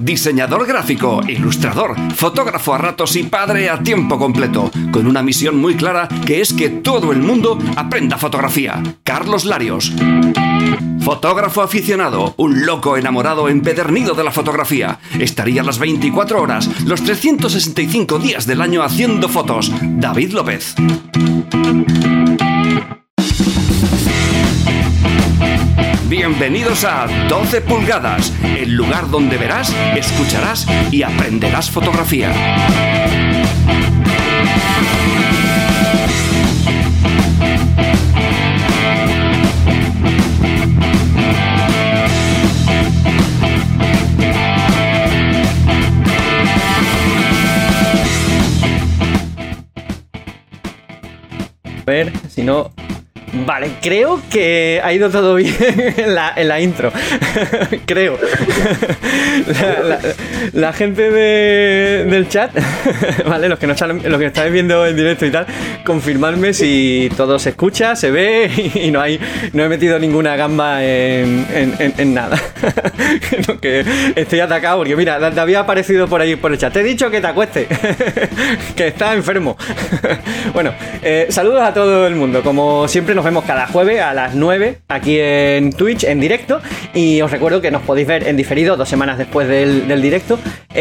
Diseñador gráfico, ilustrador, fotógrafo a ratos y padre a tiempo completo, con una misión muy clara que es que todo el mundo aprenda fotografía. Carlos Larios. Fotógrafo aficionado, un loco enamorado empedernido de la fotografía. Estaría las 24 horas, los 365 días del año haciendo fotos. David López. Bienvenidos a 12 pulgadas, el lugar donde verás, escucharás y aprenderás fotografía. A ver, si no... Vale, creo que ha ido todo bien en la intro. Creo. La gente del chat, ¿vale? Los que estáis viendo en directo y tal, confirmadme si todo se escucha, se ve y no he metido ninguna gamba en nada. Que estoy atacado porque mira, te había aparecido por ahí por el chat. Te he dicho que te acuestes, que estás enfermo. Bueno, saludos a todo el mundo. Como siempre nos vemos cada jueves a las 9 aquí en Twitch en directo, y os recuerdo que nos podéis ver en diferido 2 semanas después del directo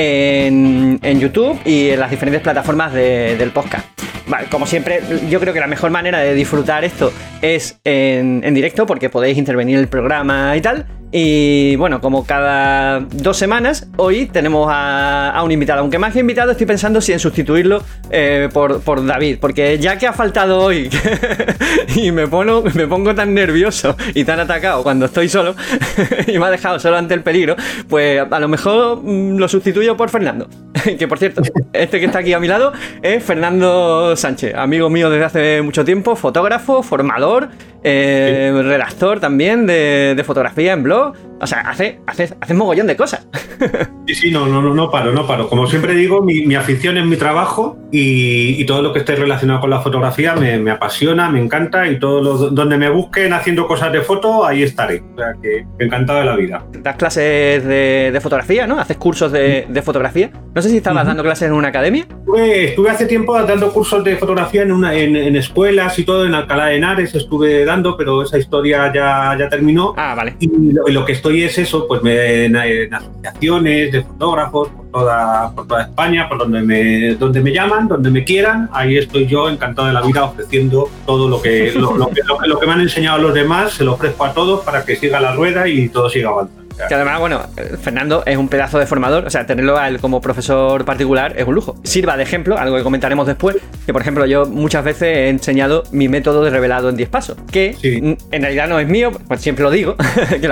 en YouTube y en las diferentes plataformas del podcast. Vale, como siempre, yo creo que la mejor manera de disfrutar esto es en directo, porque podéis intervenir en el programa y tal. Y bueno, como cada 2 semanas, hoy tenemos a un invitado. Aunque más que invitado, estoy pensando si en sustituirlo por David, porque ya que ha faltado hoy y me pongo tan nervioso y tan atacado cuando estoy solo y me ha dejado solo ante el peligro, pues a lo mejor lo sustituyo por Fernando. Que por cierto, este que está aquí a mi lado es Fernando Sánchez, amigo mío desde hace mucho tiempo, fotógrafo, formador, redactor también de fotografía en blog. O sea, haces mogollón de cosas. Sí, no paro. Como siempre digo, mi afición es mi trabajo, y todo lo que esté relacionado con la fotografía me apasiona, me encanta, y donde me busquen haciendo cosas de foto, ahí estaré. O sea, que encantado de la vida. Das clases de fotografía, ¿no? Haces cursos de fotografía. No sé si estabas dando clases en una academia. Estuve hace tiempo dando cursos de fotografía en escuelas y todo, en Alcalá de Henares estuve dando, pero esa historia ya terminó. Ah, vale. Y lo que estoy es eso, pues en asociaciones de fotógrafos por toda España, por donde me llaman, donde me quieran, ahí estoy yo encantado de la vida ofreciendo todo lo que me han enseñado los demás, se lo ofrezco a todos para que siga la rueda y todo siga avanzando. Que además, bueno, Fernando es un pedazo de formador, o sea, tenerlo a él como profesor particular es un lujo. Sirva de ejemplo, algo que comentaremos después, que por ejemplo yo muchas veces he enseñado mi método de revelado en 10 pasos, que en realidad no es mío, pues siempre lo digo, que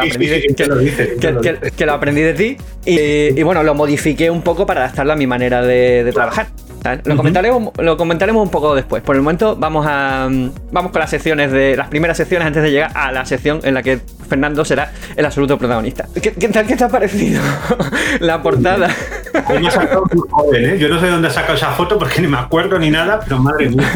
lo aprendí de ti, y bueno, lo modifiqué un poco para adaptarlo a mi manera de trabajar. Lo comentaremos un poco después. Por el momento vamos con las secciones las primeras secciones antes de llegar a la sección en la que Fernando será el absoluto protagonista. ¿Qué te ha parecido la portada? Me ha sacado muy joven, ¿eh? Yo no sé de dónde ha sacado esa foto porque ni me acuerdo ni nada, pero madre mía.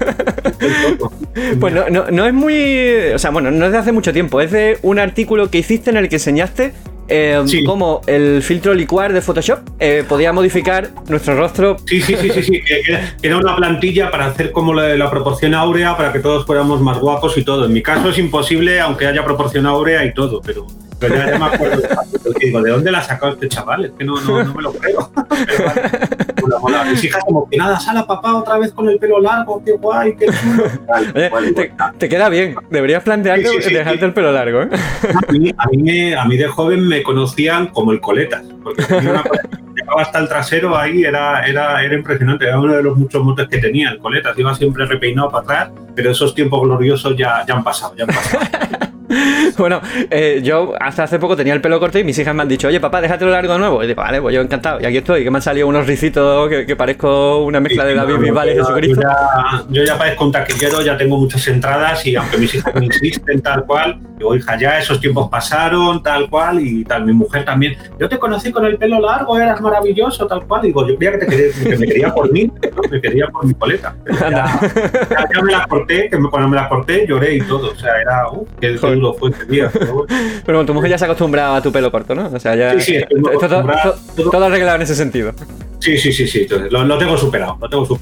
Pues no es muy... O sea, bueno, no es de hace mucho tiempo. Es de un artículo que hiciste en el que enseñaste cómo el filtro licuar de Photoshop podía modificar nuestro rostro. Sí. Que era una plantilla para hacer como la proporción áurea para que todos fuéramos más guapos y todo. En mi caso es imposible, aunque haya proporción áurea y todo, pero ya me acuerdo. Digo, ¿de dónde la ha sacado este chaval? Es que no me lo creo. Pero bueno, mis hijas emocionadas, sala papá otra vez con el pelo largo, qué guay, qué chulo. Te queda bien, deberías plantearte dejarte el pelo largo, ¿eh? A mí de joven me conocían como el coletas, porque tenía una coleta que llegaba hasta el trasero ahí, era impresionante, era uno de los muchos motes que tenía, el coletas, iba siempre repeinado para atrás, pero esos tiempos gloriosos ya han pasado. Bueno, yo hasta hace poco tenía el pelo corto y mis hijas me han dicho, oye papá, déjatelo largo de nuevo. Y digo, vale, pues yo encantado. Y aquí estoy, que me han salido unos ricitos que parezco una mezcla de David Bisbal y Jesucristo. Yo ya parezco un taquillero, ya tengo muchas entradas y aunque mis hijas me insisten tal cual, Digo, hija, ya esos tiempos pasaron, tal cual, y tal. Mi mujer también. Yo te conocí con el pelo largo, eras maravilloso, tal cual. Digo, yo creía que me quería por mí, ¿no? Me quería por mi coleta. Ya me la corté, cuando me la corté lloré y todo. O sea, era, qué duro fue ese día. Pero tu mujer ya se ha acostumbrado a tu pelo corto, ¿no? O sea, ya. Sí, todo arreglado en ese sentido. Sí. Entonces, lo tengo superado.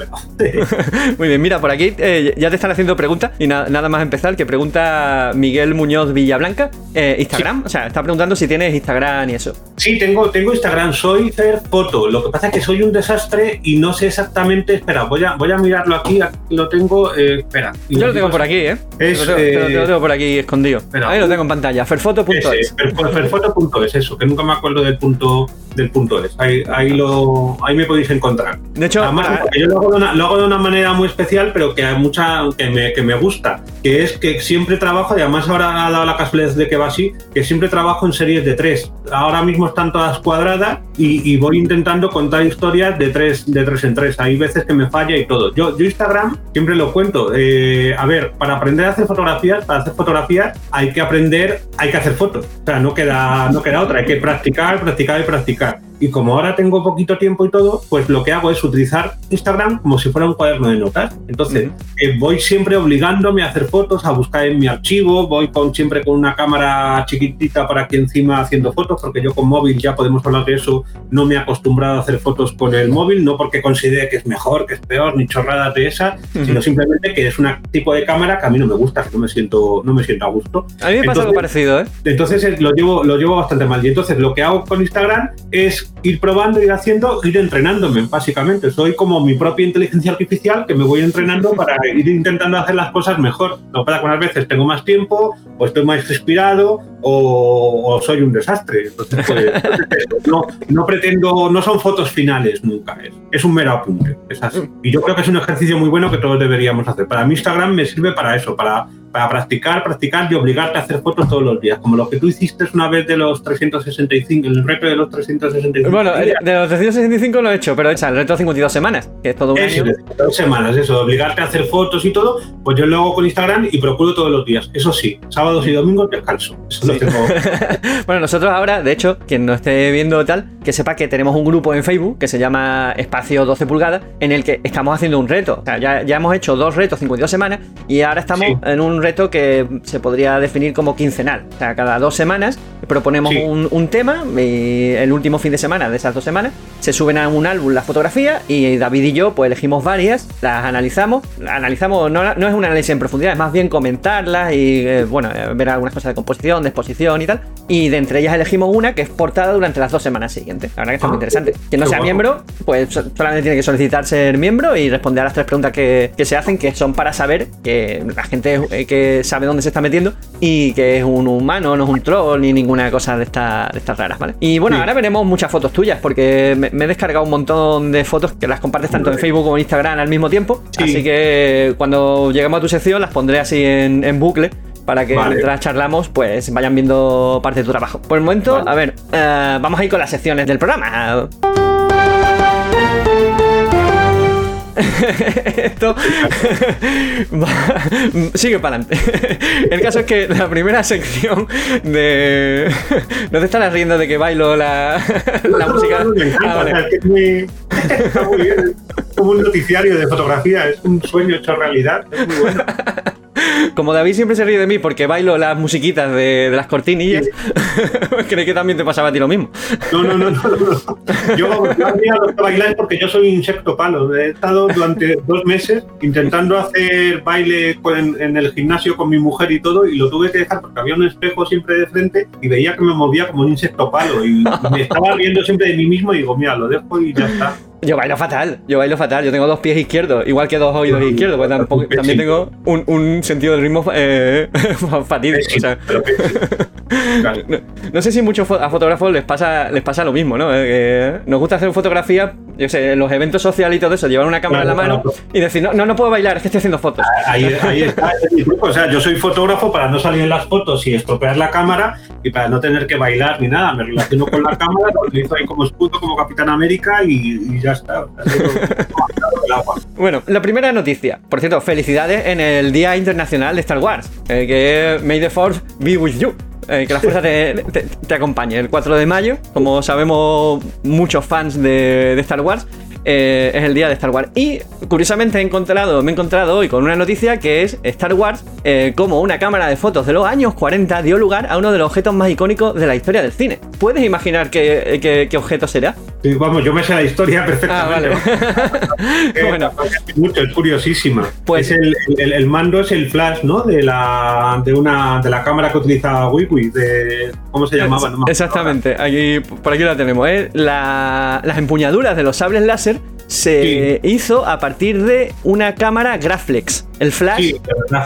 Muy bien, mira, por aquí ya te están haciendo preguntas y nada más empezar, que pregunta Miguel Muñoz Villablanca, Instagram, o sea, está preguntando si tienes Instagram y eso. Sí, tengo Instagram, soy hacer foto, lo que pasa es que soy un desastre y no sé exactamente, espera, voy a mirarlo aquí lo tengo, espera. Yo lo tengo por aquí, lo tengo por aquí escondido. Espera, ahí lo tengo en pantalla, ferfoto.es. Ferfoto.es, eso, que nunca me acuerdo del punto es. Ahí me podéis encontrar. De hecho, además, yo lo hago de una manera muy especial, pero que hay que me gusta, que es que siempre trabajo, y además ahora ha dado la casualidad de que va así, que siempre trabajo en series de 3. Ahora mismo están todas cuadradas y voy intentando contar historias de 3 en 3. Hay veces que me falla y todo. Yo Instagram siempre lo cuento. A ver, para aprender a hacer fotografías, hay que hacer fotos. O sea, no queda otra. Hay que practicar. Y como ahora tengo poquito tiempo y todo, pues lo que hago es utilizar Instagram como si fuera un cuaderno de notas. Entonces, voy siempre obligándome a hacer fotos, a buscar en mi archivo, voy siempre con una cámara chiquitita para aquí encima haciendo fotos, porque yo con móvil, ya podemos hablar de eso, no me he acostumbrado a hacer fotos con el móvil, no porque considere que es mejor, que es peor, ni chorradas de esas, sino simplemente que es un tipo de cámara que a mí no me gusta, que no me siento a gusto. A mí me pasa algo parecido, ¿eh? Entonces lo llevo bastante mal. Y entonces lo que hago con Instagram es ir probando, ir entrenándome, básicamente. Soy como mi propia inteligencia artificial que me voy entrenando para ir intentando hacer las cosas mejor. Lo que pasa es que unas veces tengo más tiempo, o estoy más inspirado, o soy un desastre. Entonces, no pretendo, no son fotos finales nunca, es un mero apunte, es así. Y yo creo que es un ejercicio muy bueno que todos deberíamos hacer. Para mí Instagram me sirve para eso, para practicar y obligarte a hacer fotos todos los días, como lo que tú hiciste una vez de los 365, el reto de los 365. Bueno, de los 365 lo he hecho, pero el reto de 52 semanas, que es todo un año. 2 semanas, eso, de obligarte a hacer fotos y todo, pues yo lo hago con Instagram y procuro todos los días. Eso sí, sábados y domingos descanso. Eso lo tengo. Bueno, nosotros ahora, de hecho, quien no esté viendo tal, que sepa que tenemos un grupo en Facebook que se llama Espacio 12 pulgadas, en el que estamos haciendo un reto. O sea, ya hemos hecho 2 retos 52 semanas y ahora estamos en un reto que se podría definir como quincenal. O sea, cada 2 semanas proponemos un tema y el último fin de semana de esas 2 semanas se suben a un álbum las fotografías y David y yo pues elegimos varias, las analizamos, no es un análisis en profundidad, es más bien comentarlas y ver algunas cosas de composición, de exposición y tal, y de entre ellas elegimos una que es portada durante las 2 semanas siguientes. La verdad que está muy interesante. Quien no sea miembro, pues solamente tiene que solicitar ser miembro y responder a las 3 preguntas que se hacen, que son para saber que la gente que sabe dónde se está metiendo y que es un humano, no es un troll ni ninguna cosa de estas raras, ¿vale? Y bueno, ahora veremos muchas fotos tuyas porque me he descargado un montón de fotos que las compartes tanto en Facebook como en Instagram al mismo tiempo, así que cuando lleguemos a tu sección las pondré así en bucle para que mientras charlamos pues vayan viendo parte de tu trabajo. Por el momento, a ver, vamos a ir con las secciones del programa. Esto sigue para adelante. El caso es que la primera sección de... ¿No te estarás riendo de que bailo la música? Me encanta, vale. Es que está muy bien. Es como un noticiario de fotografía, es un sueño hecho realidad, es muy bueno. Como David siempre se ríe de mí porque bailo las musiquitas de las cortinillas, creí que también te pasaba a ti lo mismo. No. Yo lo que bailar porque yo soy insecto palo. He estado durante 2 meses intentando hacer baile en el gimnasio con mi mujer y todo, y lo tuve que dejar porque había un espejo siempre de frente y veía que me movía como un insecto palo y me estaba riendo siempre de mí mismo y digo, mira, lo dejo y ya está. Yo bailo fatal, yo tengo 2 pies izquierdos, igual que 2 oídos izquierdos, pues también tengo un sentido del ritmo fatídico. O sea. No sé si muchos a fotógrafos les pasa lo mismo, ¿no? Nos gusta hacer fotografía, yo sé, en los eventos sociales y todo eso, llevar una cámara en la mano y decir, no puedo bailar, es que estoy haciendo fotos. Ahí está, ese mi truco. O sea, yo soy fotógrafo para no salir en las fotos y estropear la cámara y para no tener que bailar ni nada. Me relaciono con la cámara, lo utilizo ahí como escudo, como Capitán América y ya está. agua. Bueno, la primera noticia. Por cierto, felicidades en el Día Internacional de Star Wars. Que May the Force be with you. Que la fuerza te acompañe. El 4 de mayo, como sabemos muchos fans de Star Wars, es el día de Star Wars. Y curiosamente me he encontrado hoy con una noticia que es Star Wars, como una cámara de fotos de los años 40 dio lugar a uno de los objetos más icónicos de la historia del cine. ¿Puedes imaginar qué objeto será? Sí, vamos, yo me sé la historia perfectamente. Vale. Bueno, es curiosísima. Pues, el mando es el flash, ¿no? De la cámara que utilizaba Wiwi, ¿cómo se llamaba? No, exactamente, por aquí la tenemos. Las empuñaduras de los sables láser se hizo a partir de una cámara Graflex. El flash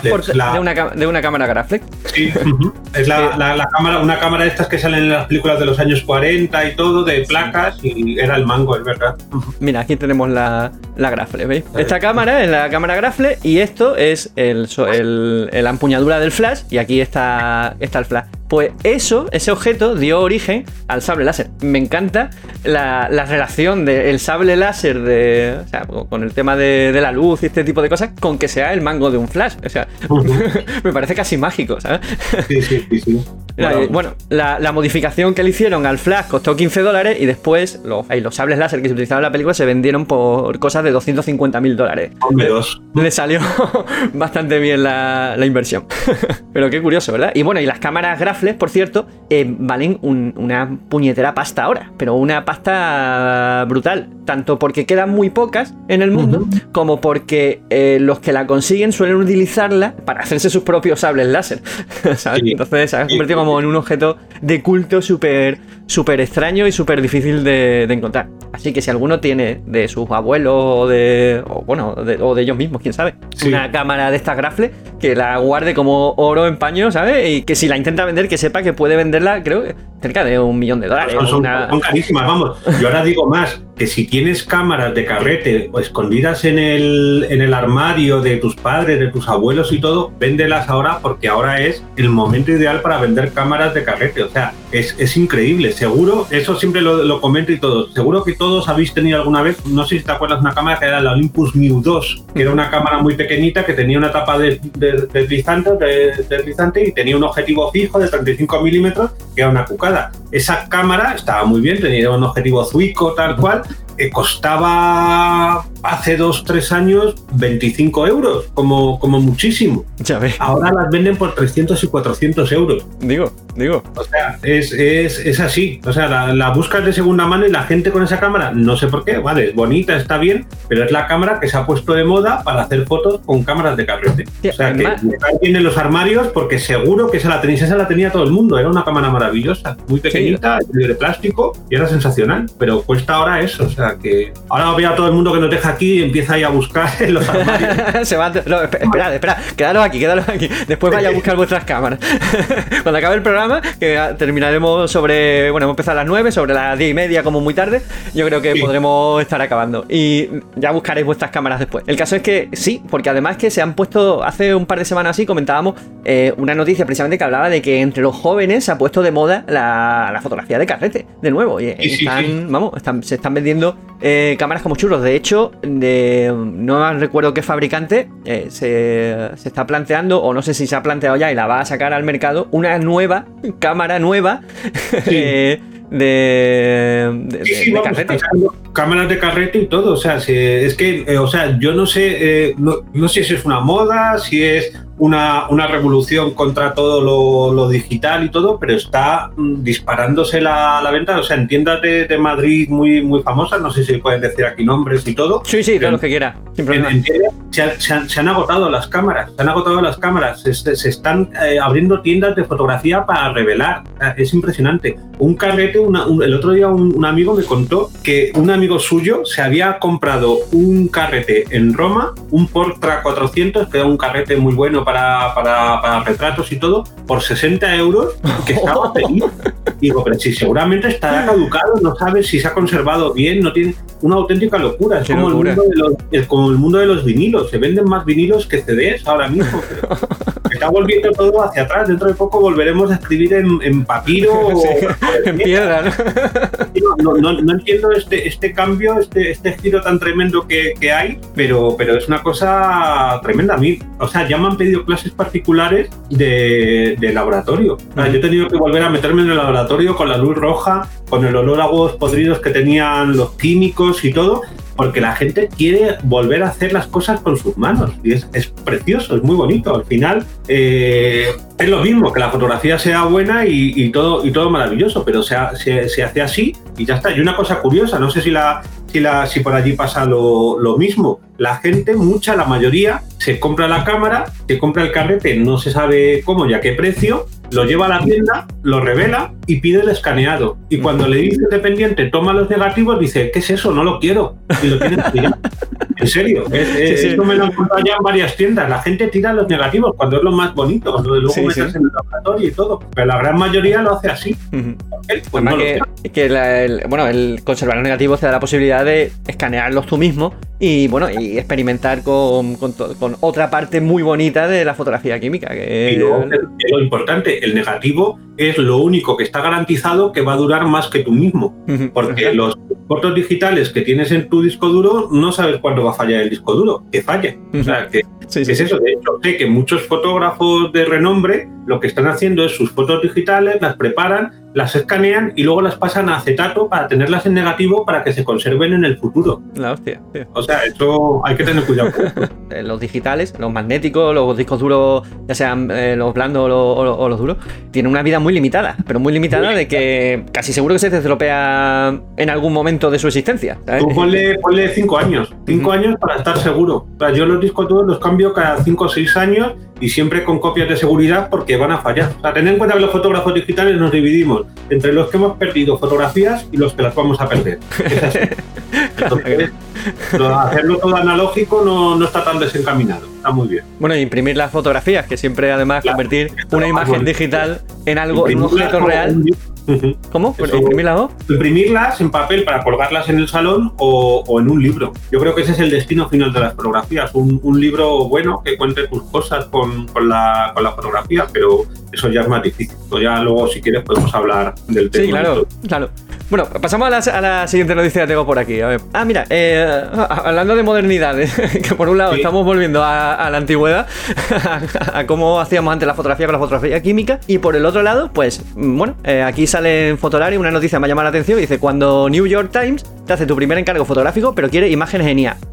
de una cámara Graflex. Sí, es la cámara, una cámara de estas que salen en las películas de los años 40 y todo, de placas, y era el mango, es verdad. Mira, aquí tenemos la Graflex, ¿veis? Esta cámara es la cámara Graflex y esto es la empuñadura del flash, y aquí está el flash. Pues ese objeto dio origen al sable láser. Me encanta la relación del sable láser o sea, con el tema de la luz y este tipo de cosas, con que sea el mango de un flash. O sea, me parece casi mágico, ¿sabes? Sí. Bueno, la modificación que le hicieron al flash costó $15 y después los sables láser que se utilizaban en la película se vendieron por cosas de $250,000. Le salió bastante bien la inversión. Pero qué curioso, ¿verdad? Y bueno, y las cámaras Graflex, por cierto, valen una puñetera pasta ahora, pero una pasta brutal, tanto porque quedan muy pocas en el mundo, como porque los que la consiguen suelen utilizarla para hacerse sus propios sables láser, ¿sabes? Sí. Entonces se ha convertido como en un objeto de culto súper extraño y súper difícil de encontrar. Así que si alguno tiene de sus abuelos o de ellos mismos, quién sabe, una cámara de estas Graflex, que la guarde como oro en paño, ¿sabes? Y que si la intenta vender, que sepa que puede venderla, creo que cerca de $1 millón. Son carísimas, vamos. Yo ahora digo más, que si tienes cámaras de carrete o escondidas en el armario de tus padres, de tus abuelos y todo, véndelas ahora, porque ahora es el momento ideal para vender cámaras de carrete. O sea, es increíble. Seguro, eso siempre lo comento y todo, seguro que todos habéis tenido alguna vez, no sé si te acuerdas, una cámara que era la Olympus Mu 2, que era una cámara muy pequeñita que tenía una tapa deslizante y tenía un objetivo fijo de 35 milímetros, que era una cucada. Esa cámara estaba muy bien, tenía un objetivo Zuico tal cual, costaba hace 2-3 años 25 euros, como muchísimo. Ya ves. Ahora las venden por 300 y 400 euros. Digo. O sea, es así. O sea, la buscas de segunda mano y la gente con esa cámara, no sé por qué, vale, es bonita, está bien, pero es la cámara que se ha puesto de moda para hacer fotos con cámaras de carrete. Sí, o sea, además, que está bien en los armarios, porque seguro que esa la tenía todo el mundo. Era una cámara maravillosa, muy pequeñita, de plástico, y era sensacional, pero cuesta ahora eso. O sea, que ahora veo a todo el mundo que nos deja aquí y empieza ahí a buscar en los armarios. Espera, quedaros aquí. Después vaya a buscar vuestras cámaras. Cuando acabe el programa, que terminaremos hemos empezado a las 9, sobre las 10:30 como muy tarde, yo creo que podremos estar acabando y ya buscaréis vuestras cámaras después. El caso es que sí, porque además que se han puesto, hace un par de semanas así, comentábamos una noticia precisamente que hablaba de que entre los jóvenes se ha puesto de moda la fotografía de carrete, de nuevo, y se están vendiendo cámaras como churros. De hecho, no recuerdo qué fabricante se está planteando, o no sé si se ha planteado ya y la va a sacar al mercado, una cámara nueva de carrete. Cámaras de carrete y todo. O sea, es que, yo no sé, no sé si es una moda, si es una revolución contra todo lo digital y todo, pero está disparándose la venta. O sea, en tiendas de Madrid muy, muy famosas, no sé si pueden decir aquí nombres y todo. Sí, todo lo que quiera. Se han agotado las cámaras. Se están abriendo tiendas de fotografía para revelar. Es impresionante. Un carrete, el otro día un amigo me contó que un amigo suyo se había comprado un carrete en Roma, un Portra 400, que era un carrete muy bueno para retratos y todo, por 60 euros, que estaba feliz. Digo, pero si seguramente estará caducado, no sabes si se ha conservado bien, no tiene una auténtica locura. Es como el mundo de los vinilos. Se venden más vinilos que CDs ahora mismo. está volviendo todo hacia atrás. Dentro de poco volveremos a escribir en papiro sí, o en piedra, ¿no? No entiendo este cambio, este giro tan tremendo que hay, pero es una cosa tremenda. A mí, o sea, ya me han pedido clases particulares de laboratorio. O sea, yo he tenido que volver a meterme en el laboratorio con la luz roja, con el olor a huevos podridos que tenían los químicos y todo, porque la gente quiere volver a hacer las cosas con sus manos y es precioso, es muy bonito. Al final es lo mismo, que la fotografía sea buena y todo maravilloso, pero se hace así y ya está. Y una cosa curiosa, no sé si por allí pasa lo mismo. La gente, la mayoría, se compra la cámara, se compra el carrete, no se sabe cómo y a qué precio, lo lleva a la tienda, lo revela y pide el escaneado. Y cuando le dice el dependiente, toma los negativos, dice, ¿qué es eso? No lo quiero. Y lo tiene que tirar. En serio, esto me lo he encontrado ya en varias tiendas. La gente tira los negativos cuando es lo más bonito, cuando luego metes en el laboratorio y todo. Pero la gran mayoría lo hace así. Pues no el conservar los negativos te da la posibilidad de escanearlos tú mismo y experimentar con otra parte muy bonita de la fotografía química. Y luego, lo importante, el negativo es lo único que está garantizado que va a durar más que tú mismo. Porque los fotos digitales que tienes en tu disco duro, no sabes cuándo va a fallar el disco duro, que falle. O sea, que es eso. De hecho, sé que muchos fotógrafos de renombre lo que están haciendo es sus fotos digitales, las preparan, las escanean y luego las pasan a acetato para tenerlas en negativo para que se conserven en el futuro. La hostia, tío. O sea, eso hay que tener cuidado con eso. Los digitales, los magnéticos, los discos duros, ya sean los blandos o los duros, tienen una vida muy limitada, pero muy limitada de que casi seguro que se te estropea en algún momento de su existencia, ¿sabes? Tú ponle 5 años. 5 años para estar seguro. O sea, yo los discos duros los cambio cada 5 o 6 años y siempre con copias de seguridad porque van a fallar. O sea, ten en cuenta que los fotógrafos digitales nos dividimos entre los que hemos perdido fotografías y los que las vamos a perder. Es así. Entonces, hacerlo todo analógico no está tan desencaminado. Está muy bien. Bueno, y imprimir las fotografías, que siempre además convertir una imagen digital en algo, en un objeto real. ¿Cómo? ¿Imprimirlas vos? Imprimirlas en papel para colgarlas en el salón o en un libro. Yo creo que ese es el destino final de las fotografías. Un libro bueno que cuente tus cosas con la fotografía, pero eso ya es más difícil. O ya luego, si quieres, podemos hablar del tema. Sí, claro. Bueno, pasamos a la siguiente noticia que tengo por aquí. A ver. Mira, hablando de modernidad, que por un lado estamos volviendo a la antigüedad, a cómo hacíamos antes la fotografía con la fotografía química, y por el otro lado, pues, aquí sale en Fotolari una noticia que me ha llamado la atención, y dice, cuando New York Times te hace tu primer encargo fotográfico, pero quiere imágenes en IA.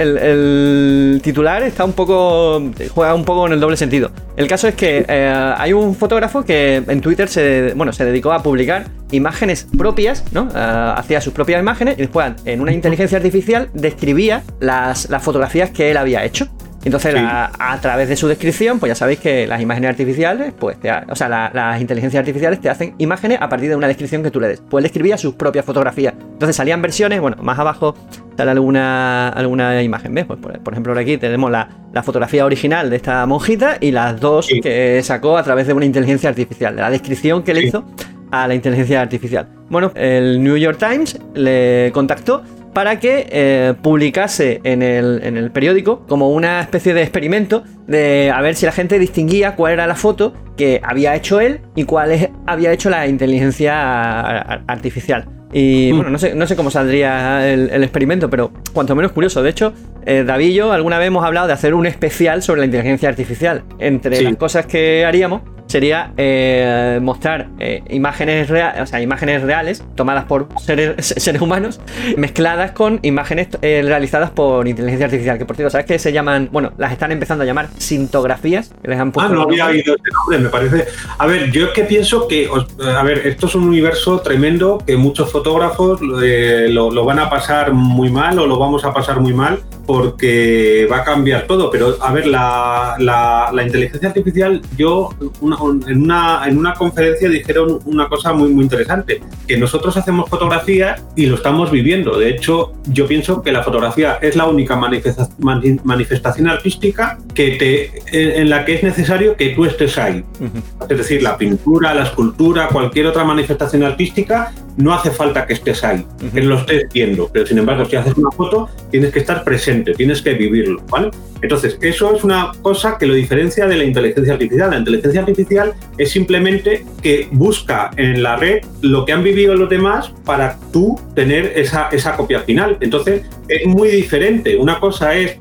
El titular juega un poco en el doble sentido. El caso es que hay un fotógrafo que en Twitter se dedicó a publicar imágenes propias, ¿no? Hacía sus propias imágenes y después en una inteligencia artificial describía las fotografías que él había hecho. Entonces, a través de su descripción, pues ya sabéis que las imágenes artificiales, pues, las inteligencias artificiales te hacen imágenes a partir de una descripción que tú le des. Pues él escribía sus propias fotografías. Entonces salían versiones, más abajo sale alguna imagen, ¿ves? Pues por ejemplo, aquí tenemos la fotografía original de esta monjita y las dos que sacó a través de una inteligencia artificial, de la descripción que le hizo a la inteligencia artificial. Bueno, el New York Times le contactó para que publicase en el periódico como una especie de experimento de a ver si la gente distinguía cuál era la foto que había hecho él y cuál había hecho la inteligencia artificial. Y bueno, no sé cómo saldría el experimento, pero cuanto menos curioso. De hecho, David y yo alguna vez hemos hablado de hacer un especial sobre la inteligencia artificial. Entre las cosas que haríamos sería mostrar imágenes reales tomadas por seres humanos mezcladas con imágenes realizadas por inteligencia artificial, que por cierto, ¿sabes qué se llaman? Bueno, las están empezando a llamar sintografías, que les han puesto no había oído este nombre, me parece. A ver, yo es que pienso que esto es un universo tremendo que muchos fotógrafos lo van a pasar muy mal o lo vamos a pasar muy mal porque va a cambiar todo, pero a ver, la inteligencia artificial, en una conferencia dijeron una cosa muy, muy interesante, que nosotros hacemos fotografías y lo estamos viviendo. De hecho, yo pienso que la fotografía es la única manifestación artística en la que es necesario que tú estés ahí. Es decir, la pintura, la escultura, cualquier otra manifestación artística no hace falta que estés ahí, que lo estés viendo, pero sin embargo, si haces una foto, tienes que estar presente, tienes que vivirlo, ¿vale? Entonces, eso es una cosa que lo diferencia de la inteligencia artificial. La inteligencia artificial es simplemente que busca en la red lo que han vivido los demás para tú tener esa copia final. Entonces, es muy diferente. Una cosa es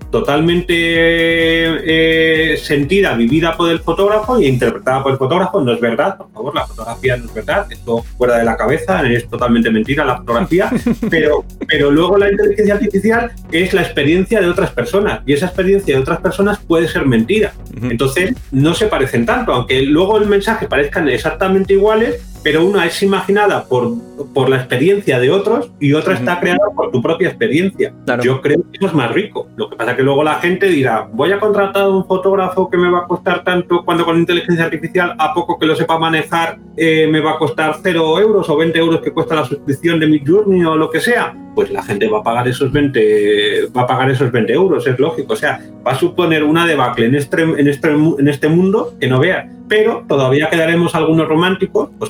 totalmente sentida, vivida por el fotógrafo y interpretada por el fotógrafo. No es verdad, por favor, la fotografía no es verdad. Esto fuera de la cabeza, es totalmente mentira la fotografía. pero luego la inteligencia artificial es la experiencia de otras personas y esa experiencia de otras personas puede ser mentira. Entonces, no se parecen tanto, aunque luego el mensaje parezcan exactamente iguales, pero una es imaginada por la experiencia de otros y otra está creada por tu propia experiencia. Claro. Yo creo que eso es más rico. Lo que pasa es que luego la gente dirá, voy a contratar a un fotógrafo que me va a costar tanto, cuando con inteligencia artificial, a poco que lo sepa manejar, me va a costar 0 euros o 20 euros que cuesta la suscripción de Midjourney o lo que sea. Pues la gente va a pagar esos 20 euros, es lógico. O sea, va a suponer una debacle en este mundo que no veas. Pero todavía quedaremos algunos románticos, pues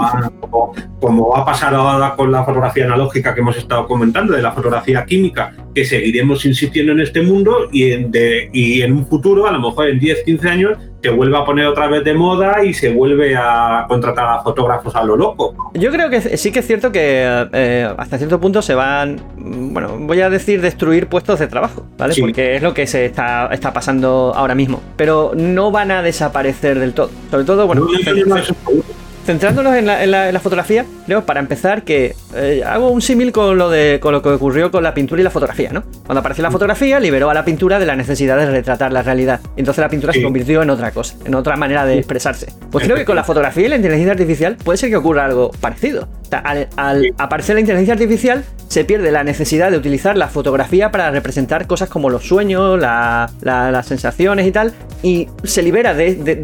como va a pasar ahora con la fotografía analógica que hemos estado comentando, de la fotografía química, que seguiremos insistiendo en este mundo y en un futuro, a lo mejor en 10, 15 años, se vuelve a poner otra vez de moda y se vuelve a contratar a fotógrafos a lo loco. Yo creo que sí que es cierto que hasta cierto punto se van, bueno, voy a decir destruir puestos de trabajo, ¿vale? Sí. Porque es lo que se está pasando ahora mismo. Pero no van a desaparecer del todo. Sobre todo, bueno, centrándonos en la fotografía, creo, para empezar, que hago un símil con lo que ocurrió con la pintura y la fotografía, ¿no? Cuando apareció la fotografía, liberó a la pintura de la necesidad de retratar la realidad. Entonces la pintura se convirtió en otra cosa, en otra manera de expresarse. Pues creo que con la fotografía y la inteligencia artificial puede ser que ocurra algo parecido. O sea, al aparecer la inteligencia artificial, se pierde la necesidad de utilizar la fotografía para representar cosas como los sueños, las sensaciones y tal, y se libera de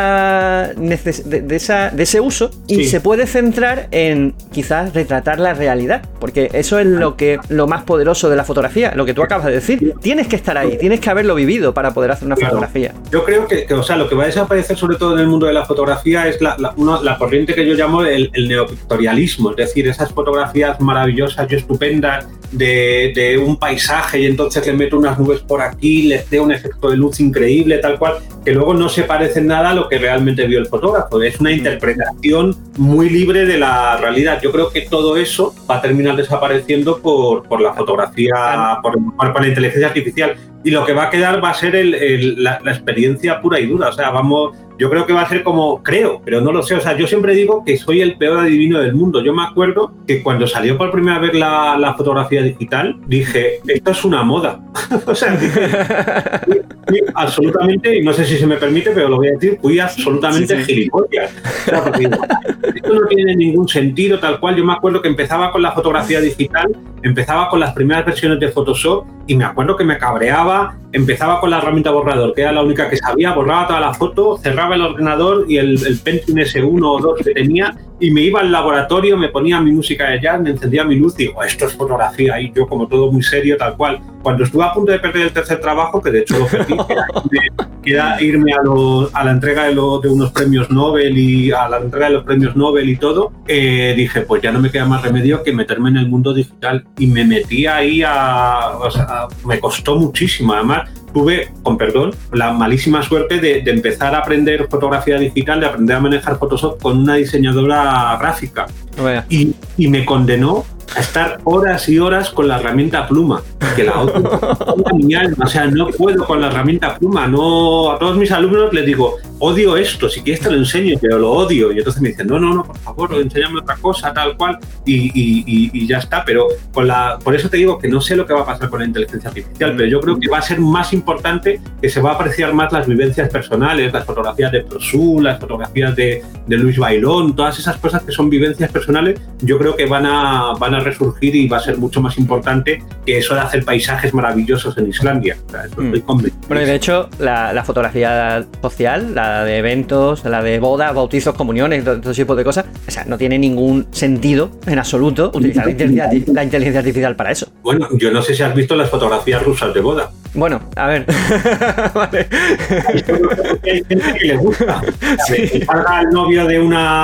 ese uso y se puede centrar en quizás retratar la realidad, porque eso es lo más poderoso de la fotografía, lo que tú acabas de decir. Tienes que estar ahí, tienes que haberlo vivido para poder hacer una fotografía. Yo creo que o sea, lo que va a desaparecer sobre todo en el mundo de la fotografía es la corriente que yo llamo el neopictorialismo, es decir, esas fotografías maravillosas y estupendas de un paisaje y entonces le meto unas nubes por aquí, les dé un efecto de luz increíble, tal cual, que luego no se parece en nada a lo que realmente vio el fotógrafo. Es una interpretación muy libre de la realidad. Yo creo que todo eso va a terminar desapareciendo por la fotografía, por la inteligencia artificial. Y lo que va a quedar va a ser la experiencia pura y dura. O sea, yo creo que va a ser pero no lo sé. O sea, yo siempre digo que soy el peor adivino del mundo. Yo me acuerdo que cuando salió por primera vez la fotografía digital, dije, esto es una moda. O sea, absolutamente, y no sé si se me permite, pero lo voy a decir, fui absolutamente gilipollas. O sea, porque esto no tiene ningún sentido, tal cual. Yo me acuerdo que empezaba con la fotografía digital, empezaba con las primeras versiones de Photoshop y me acuerdo que me cabreaba, empezaba con la herramienta borrador, que era la única que sabía, borraba toda la foto, cerraba el ordenador y el Pentium S1 o 2 que tenía y me iba al laboratorio, me ponía mi música de jazz, me encendía mi luz y digo, esto es fotografía, y yo como todo muy serio, tal cual. Cuando estuve a punto de perder el tercer trabajo, que de hecho lo perdí, que era irme a la entrega de unos premios Nobel y a la entrega de los premios Nobel y todo, dije, pues ya no me queda más remedio que meterme en el mundo digital y me metí ahí me costó muchísimo, además tuve, con perdón, la malísima suerte de empezar a aprender fotografía digital, de aprender a manejar Photoshop con una diseñadora gráfica. Y me condenó a estar horas y horas con la herramienta pluma, que la otra mi alma, o sea, no puedo con la herramienta pluma, no, a todos mis alumnos les digo, odio esto, si quieres te lo enseño, pero lo odio, y entonces me dicen, no, por favor, enséñame otra cosa, tal cual, y ya está, pero por eso te digo que no sé lo que va a pasar con la inteligencia artificial, pero yo creo que va a ser más importante, que se va a apreciar más las vivencias personales, las fotografías de Prosul, las fotografías de Luis Bailón, todas esas cosas que son vivencias personales, yo creo que van a resurgir y va a ser mucho más importante que eso de hacer paisajes maravillosos en Islandia. O sea, eso estoy convencido. Bueno, y de hecho, la fotografía social, la de eventos, la de bodas, bautizos, comuniones, todo ese tipo de cosas, o sea, no tiene ningún sentido en absoluto utilizar la inteligencia artificial para eso. Bueno, yo no sé si has visto las fotografías rusas de boda. Bueno, a ver. Vale. Hay gente que le gusta. Sí. Salga el novio de una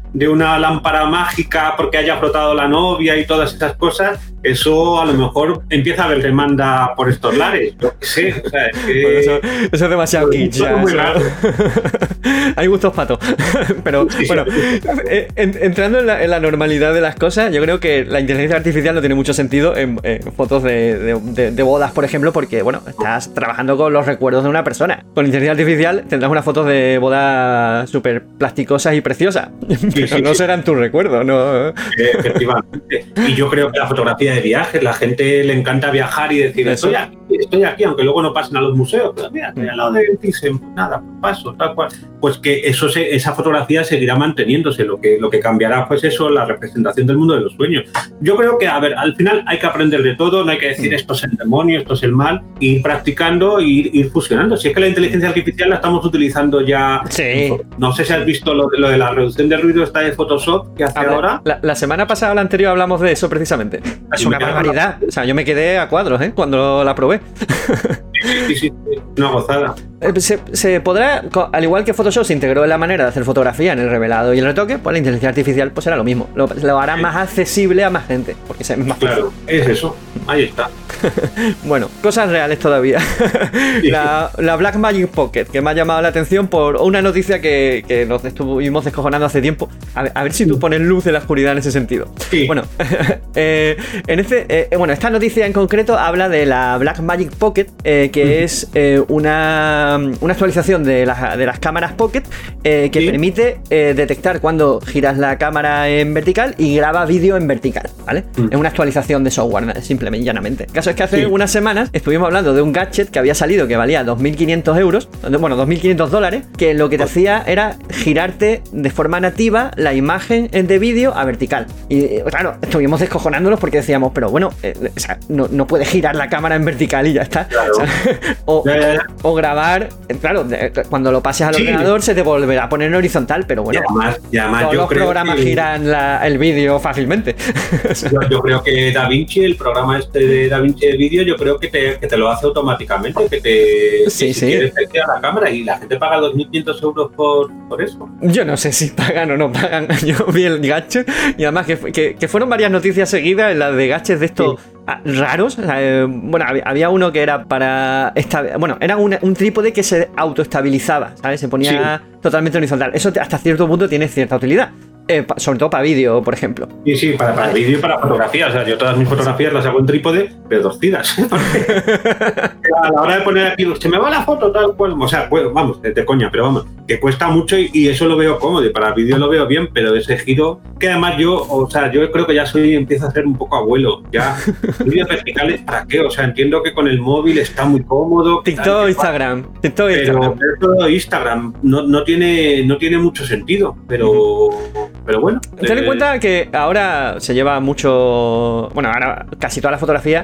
de una lámpara mágica porque haya frotado la novia y todas esas cosas, eso a lo mejor empieza a haber demanda por estos lares. Yo qué sé. O sea, es que... Bueno, eso es demasiado kitsch. Ya, muy raro. Hay gustos patos. Pero bueno, entrando en la normalidad de las cosas, yo creo que la inteligencia artificial no tiene mucho sentido en fotos de bodas, por ejemplo, porque bueno, estás trabajando con los recuerdos de una persona. Con inteligencia artificial tendrás unas fotos de boda súper plasticosas y preciosas, pero no serán tus recuerdos, ¿no? Efectivamente. Y yo creo que la fotografía de viajes, la gente le encanta viajar y decir, estoy aquí, aunque luego no pasen a los museos, pero mira, estoy al lado de Thyssen, nada, paso, tal cual. Pues que esa fotografía seguirá manteniéndose, lo que cambiará pues eso, la representación del mundo de los sueños. Yo creo que, a ver, al final hay que aprender de todo, no hay que decir esto es el demonio, esto es el mal, ir practicando e ir fusionando. Si es que la inteligencia artificial la estamos utilizando ya, no sé si has visto lo de la reducción de ruido esta de Photoshop que hace ahora. La semana pasada o la anterior hablamos de eso precisamente. Es una barbaridad. O sea, yo me quedé a cuadros, cuando la probé. Sí, una gozada. Se podrá, al igual que Photoshop se integró en la manera de hacer fotografía en el revelado y el retoque, pues la inteligencia artificial pues será lo mismo. Lo hará más accesible a más gente, porque es más fácil. Claro, es eso. Ahí está. Bueno, cosas reales todavía. La Blackmagic Pocket, que me ha llamado la atención por una noticia que nos estuvimos descojonando hace tiempo. A ver si tú pones luz en la oscuridad en ese sentido. Sí. Bueno, esta noticia en concreto habla de la Blackmagic Pocket, que es una actualización de las cámaras Pocket que permite detectar cuando giras la cámara en vertical y graba vídeo en vertical, ¿vale? Es una actualización de software, simplemente y llanamente. El caso es que hace unas semanas estuvimos hablando de un gadget que había salido que valía 2.500 euros, bueno, 2.500 dólares, que lo que te hacía era girarte de forma nativa la imagen de vídeo a vertical. Y claro, estuvimos descojonándonos porque decíamos, pero bueno, o sea, no puedes girar la cámara en vertical y ya está. Claro. O sea, o grabar, claro, cuando lo pases al ordenador se te volverá a poner en horizontal, pero bueno, y además todos los programas giran el vídeo fácilmente. Yo creo que DaVinci, el programa de DaVinci de vídeo, yo creo que te lo hace automáticamente, que quieres a la cámara, y la gente paga 2.500 euros por eso. Yo no sé si pagan o no pagan. Yo vi el gadget y además que fueron varias noticias seguidas en las de gadgets de estos raros. Bueno, había uno que era para era un trípode que se autoestabilizaba, ¿sabes? Se ponía totalmente horizontal. Eso hasta cierto punto tiene cierta utilidad. Sobre todo para vídeo, por ejemplo. Sí, para vídeo y para fotografía. O sea, yo todas mis fotografías las hago en trípode, pero torcidas. A la hora de poner aquí, se me va la foto tal cual. O sea, pues, vamos, de coña, pero vamos, que cuesta mucho y eso lo veo cómodo. Y para vídeo lo veo bien, pero ese giro, que además yo creo que ya empiezo a ser un poco abuelo. Ya, vídeos verticales, ¿para qué? O sea, entiendo que con el móvil está muy cómodo. TikTok, Instagram. Pero Instagram no tiene mucho sentido, pero bueno. Ten en cuenta que ahora se lleva mucho. Bueno, ahora casi toda la fotografía,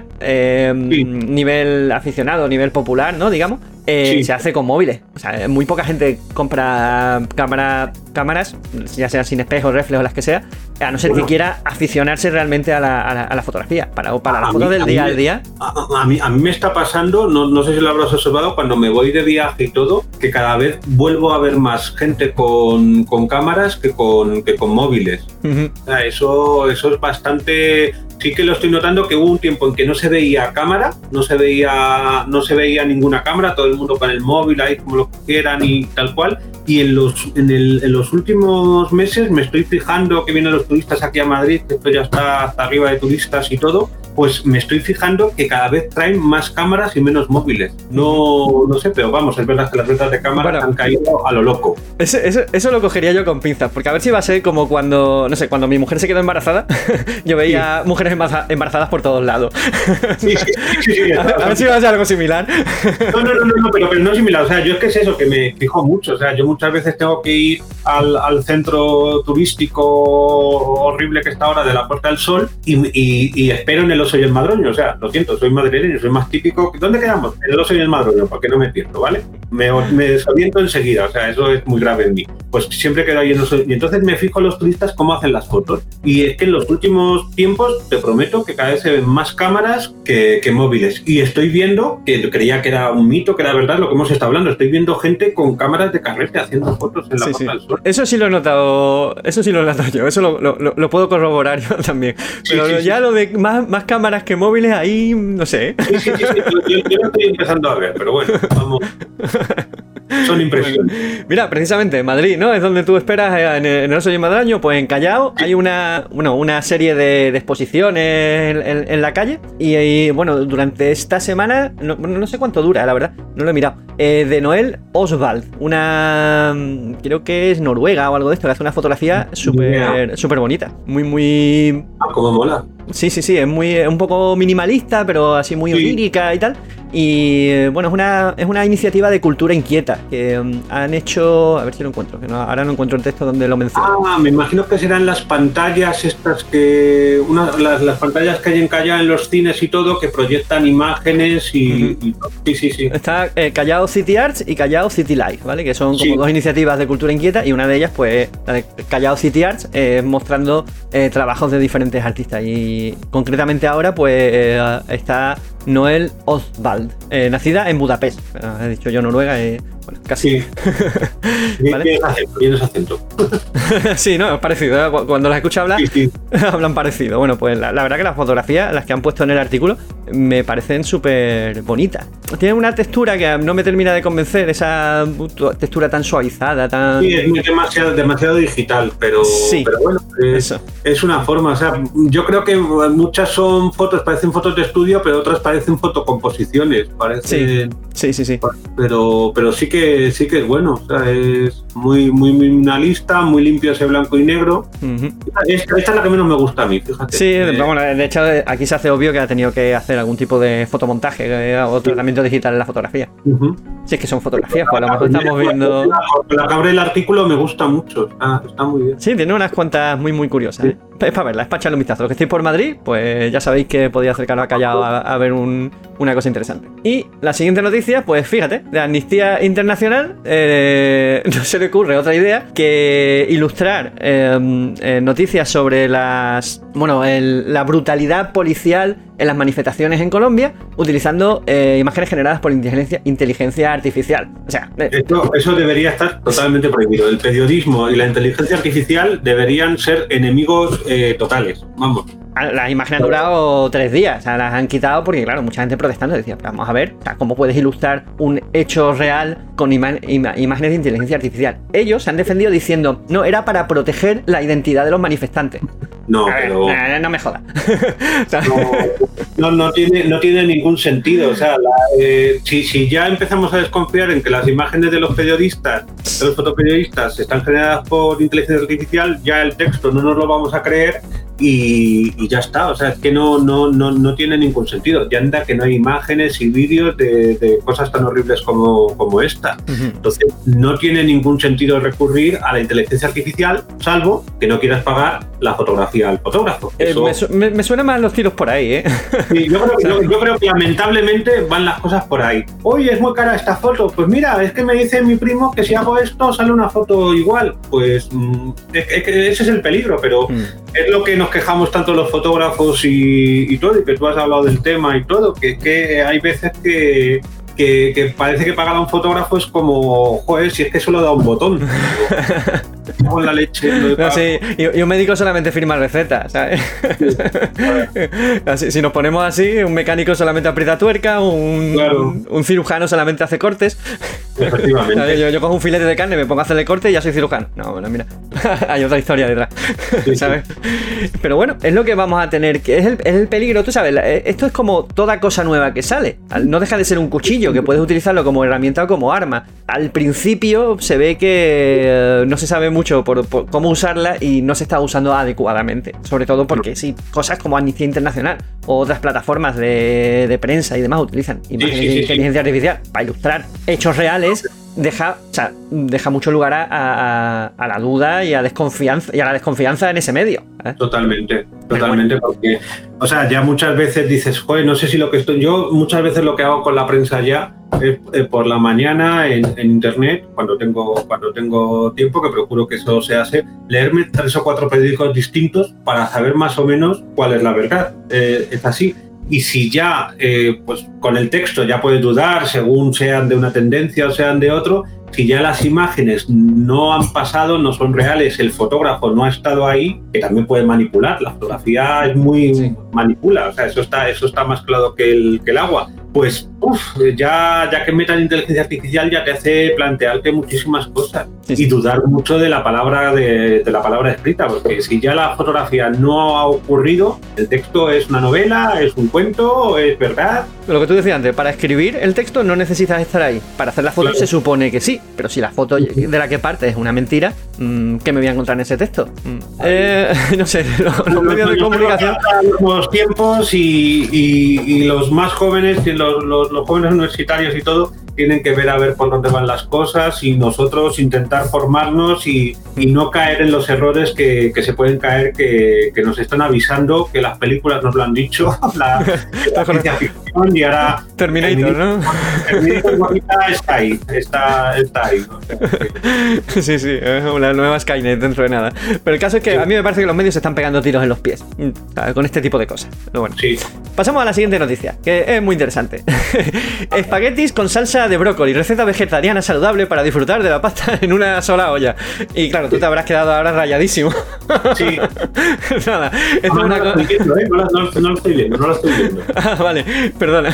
nivel aficionado, nivel popular, ¿no? Digamos, se hace con móviles. O sea, muy poca gente compra cámaras, ya sean sin espejo, reflejo, las que sea, a no ser que quiera aficionarse realmente a la fotografía. Para las fotos del día al día. A mí me está pasando, no sé si lo habrás observado, cuando me voy de viaje y todo, que cada vez vuelvo a ver más gente con cámaras que con móviles. O sea, eso es bastante. Sí que lo estoy notando, que hubo un tiempo en que no se veía cámara, no se veía ninguna cámara, todo el mundo con el móvil ahí como lo quieran y tal cual. Y en los últimos meses me estoy fijando que vienen los turistas aquí a Madrid, que esto ya está hasta arriba de turistas y todo, pues me estoy fijando que cada vez traen más cámaras y menos móviles. No sé, pero vamos, es verdad que las ventas de cámaras han caído a lo loco. Eso lo cogería yo con pinzas, porque a ver si va a ser como cuando mi mujer se quedó embarazada, yo veía mujeres embarazadas por todos lados. Sí, a ver si va a ser algo similar. No, pero no similar. O sea, yo es que es eso, que me fijo mucho. O sea, yo muchas veces tengo que ir al centro turístico horrible que está ahora de la Puerta del Sol y espero en el Oso y el Madroño. O sea, lo siento, soy madrileño, soy más típico. ¿Dónde quedamos? En el Oso y el Madroño, porque no me pierdo, ¿vale? Me desoriento enseguida, o sea, eso es muy grave en mí. Pues siempre quedo ahí en Oso. Y entonces me fijo a los turistas cómo hacen las fotos. Y es que en los últimos tiempos, te prometo que cada vez se ven más cámaras que móviles. Y estoy viendo, que creía que era un mito, que era verdad lo que hemos estado hablando, estoy viendo gente con cámaras de carrete haciendo fotos en la Costa del Sol. Eso sí lo he notado yo, eso lo puedo corroborar yo también. Pero lo de más cámaras que móviles, ahí no sé. Sí. Yo lo estoy empezando a ver, pero bueno, vamos. Son impresiones. Bueno, mira, precisamente en Madrid, ¿no? Es donde tú esperas, en el Oso y el Madroño. Pues en Callao hay una serie de exposiciones en la calle. Y bueno, durante esta semana, no sé cuánto dura, la verdad, no lo he mirado. De Noel Oswald, creo que es noruega o algo de esto, que hace una fotografía súper bonita. Muy. Cómo mola. Sí, es un poco minimalista, pero así muy onírica y tal. Y bueno, es una iniciativa de cultura inquieta que han hecho, a ver si lo encuentro, que ahora no encuentro el texto donde lo menciono. Me imagino que serán las pantallas estas las pantallas que hay en Callao en los cines y todo, que proyectan imágenes y sí. Está Callao City Arts y Callao City Life, ¿vale? Que son como dos iniciativas de cultura inquieta, y una de ellas, pues, la de Callao City Arts, mostrando trabajos de diferentes artistas. Y concretamente ahora, pues, está Noel Oswald, nacida en Budapest. He dicho yo Noruega, bueno, casi. Sí. ¿Vale? Tienes acento. Sí, no, es parecido, ¿eh? Cuando las escucho hablar, hablan parecido. Bueno, pues la verdad que las fotografías, las que han puesto en el artículo, me parecen súper bonitas. Tienen una textura que no me termina de convencer, esa textura tan suavizada, tan... Sí, es demasiado digital, pero bueno, es una forma. O sea, yo creo que muchas son fotos, parecen fotos de estudio, pero otras parecen fotocomposiciones. Sí. Pero sí que es bueno. O sea, es muy minimalista, muy limpio ese blanco y negro. Esta es la que menos me gusta a mí, fíjate. Sí, bueno, de hecho aquí se hace obvio que ha tenido que hacer algún tipo de fotomontaje o tratamiento digital en la fotografía. Si es que son fotografías, pues a lo mejor estamos viendo... La que abre el artículo me gusta mucho, está muy bien. Sí, tiene unas cuantas muy curiosas, ¿eh? Es para verla, es para echarle un vistazo. Los que estéis por Madrid, pues ya sabéis que podéis acercaros a Callao a ver una cosa interesante. Y la siguiente noticia, pues fíjate, de Amnistía Internacional, no se le ocurre otra idea que ilustrar noticias sobre la brutalidad policial en las manifestaciones en Colombia, utilizando imágenes generadas por inteligencia artificial. O sea, eso debería estar totalmente prohibido. El periodismo y la inteligencia artificial deberían ser enemigos totales. Vamos. Las imágenes han durado 3 días, o sea, las han quitado porque, claro, mucha gente protestando decía, vamos a ver, o sea, ¿cómo puedes ilustrar un hecho real con imágenes de inteligencia artificial? Ellos se han defendido diciendo, no, era para proteger la identidad de los manifestantes. No, pero... No me jodas. O sea, no tiene ningún sentido. O sea, si ya empezamos a desconfiar en que las imágenes de los periodistas, de los fotoperiodistas, están generadas por inteligencia artificial, ya el texto no nos lo vamos a creer y ya está. O sea, es que no tiene ningún sentido. Ya anda que no hay imágenes y vídeos de cosas tan horribles como esta. Entonces, no tiene ningún sentido recurrir a la inteligencia artificial, salvo que no quieras pagar la fotografía al fotógrafo. Me suenan más los tiros por ahí, ¿eh? Sí, yo creo que lamentablemente van las cosas por ahí. Oye, es muy cara esta foto. Pues mira, es que me dice mi primo que si hago esto sale una foto igual. Pues ese es el peligro, pero es lo que nos quejamos tanto los fotógrafos y todo, y que tú has hablado del tema y todo, que hay veces que parece que pagar a un fotógrafo es como, joder, si es que solo da un botón. Con la leche. No, sí, y un médico solamente firma recetas, ¿sabes? Sí. Así, si nos ponemos así, un mecánico solamente aprieta tuerca, un cirujano solamente hace cortes. Efectivamente. Yo cojo un filete de carne, me pongo a hacerle corte y ya soy cirujano. No, bueno, mira, hay otra historia detrás, ¿sabes? Pero bueno, es lo que vamos a tener, que es el peligro, tú sabes, esto es como toda cosa nueva que sale. No deja de ser un cuchillo, que puedes utilizarlo como herramienta o como arma. Al principio se ve que no se sabe mucho por cómo usarla y no se está usando adecuadamente, sobre todo porque sí, cosas como Amnistía Internacional o otras plataformas de prensa y demás utilizan imágenes de inteligencia artificial para ilustrar hechos reales deja mucho lugar a la duda y a la desconfianza en ese medio. Totalmente, porque, o sea, ya muchas veces dices, joder, no sé si yo muchas veces lo que hago con la prensa ya es por la mañana en internet, cuando tengo tiempo, que procuro que eso se hace, leerme 3 o 4 periódicos distintos para saber más o menos cuál es la verdad. Es así. Y si ya, pues con el texto ya puedes dudar, según sean de una tendencia o sean de otro, si ya las imágenes no han pasado, no son reales, el fotógrafo no ha estado ahí, que también puede manipular. La fotografía es muy manipula, o sea, eso está más claro que el agua. Pues, ya que metan inteligencia artificial ya te hace plantearte muchísimas cosas y dudar mucho de la palabra de la palabra escrita, porque si ya la fotografía no ha ocurrido, el texto es una novela, es un cuento, es verdad. Lo que tú decías antes, para escribir el texto no necesitas estar ahí. Para hacer la foto se supone que sí, pero si la foto de la que parte es una mentira, ¿qué me voy a encontrar en ese texto? No sé, los medios de comunicación. Los tiempos y los más jóvenes, los jóvenes universitarios y todo, tienen que ver a ver por dónde van las cosas, y nosotros intentar formarnos y no caer en los errores que se pueden caer, que nos están avisando, que las películas nos lo han dicho, la ciencia ficción, y ahora Terminator, ¿no? Terminator está ahí. ¿No? Sí, es una nueva Skynet dentro de nada. Pero el caso es que a mí me parece que los medios se están pegando tiros en los pies con este tipo de cosas. Pero bueno, pasamos a la siguiente noticia, que es muy interesante. Espaguetis con salsa de brócoli, receta vegetariana saludable para disfrutar de la pasta en una sola olla. Y claro, tú te habrás quedado ahora rayadísimo. Sí. Nada, esto no, es una cosa. No lo estoy viendo. Vale, perdona.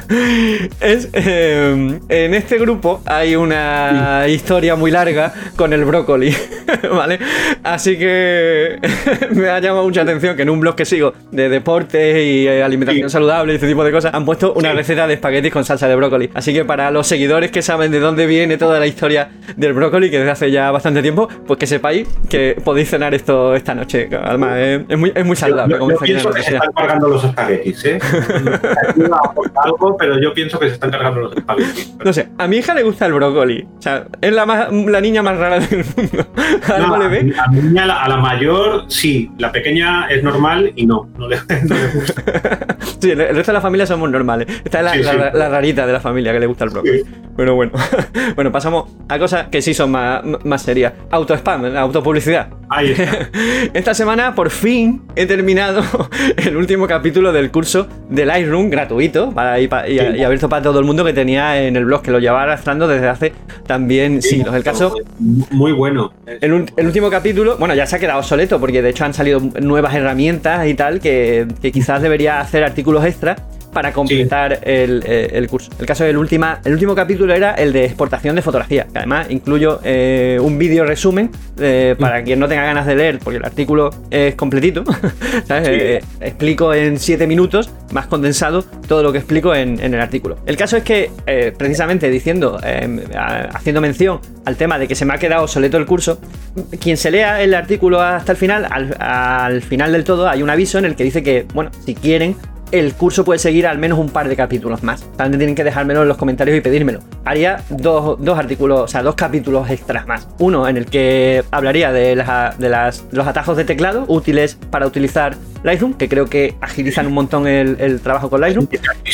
En este grupo hay una historia muy larga con el brócoli, ¿vale? Así que me ha llamado mucha atención que en un blog que sigo de deportes y alimentación saludable y este tipo de cosas han puesto una receta de espaguetis con salsa de brócoli. Así que para los seguidores que saben de dónde viene toda la historia del brócoli, que desde hace ya bastante tiempo, pues que sepáis que podéis cenar esto esta noche. Además, es muy saludable. Yo pienso que se están cargando los espaguetis, Ayuda a aportar algo, pero yo pienso que se están cargando los espaguetis. No sé, a mi hija le gusta el brócoli. O sea, es la niña más rara del mundo. ¿Algo le ve? A la mayor, sí. La pequeña es normal y no le gusta. Sí, el resto de la familia somos normales. Esta es la rarita de la familia que le gusta el brócoli. Sí. Pero bueno. Bueno, pasamos a cosas que sí son más serias. Autospam, autopublicidad. Ahí está. Esta semana por fin he terminado el último capítulo del curso de Lightroom gratuito y abierto para todo el mundo, que tenía en el blog, que lo llevaba arrastrando desde hace también siglos. El caso, muy bueno. El último capítulo, bueno, ya se ha quedado obsoleto, porque de hecho han salido nuevas herramientas y tal, que quizás debería hacer artículos extra para completar el curso. El caso del último capítulo era el de exportación de fotografía, que además incluyo un vídeo resumen para quien no tenga ganas de leer, porque el artículo es completito. ¿Sabes? Explico en 7 minutos, más condensado, todo lo que explico en el artículo. El caso es que, precisamente haciendo mención al tema de que se me ha quedado obsoleto el curso, quien se lea el artículo hasta el final, al final del todo hay un aviso en el que dice que, bueno, si quieren, el curso puede seguir al menos un par de capítulos más. También tienen que dejármelo en los comentarios y pedírmelo. Haría dos artículos, o sea, 2 capítulos extras más. Uno en el que hablaría de los atajos de teclado útiles para utilizar Lightroom, que creo que agilizan un montón el trabajo con Lightroom.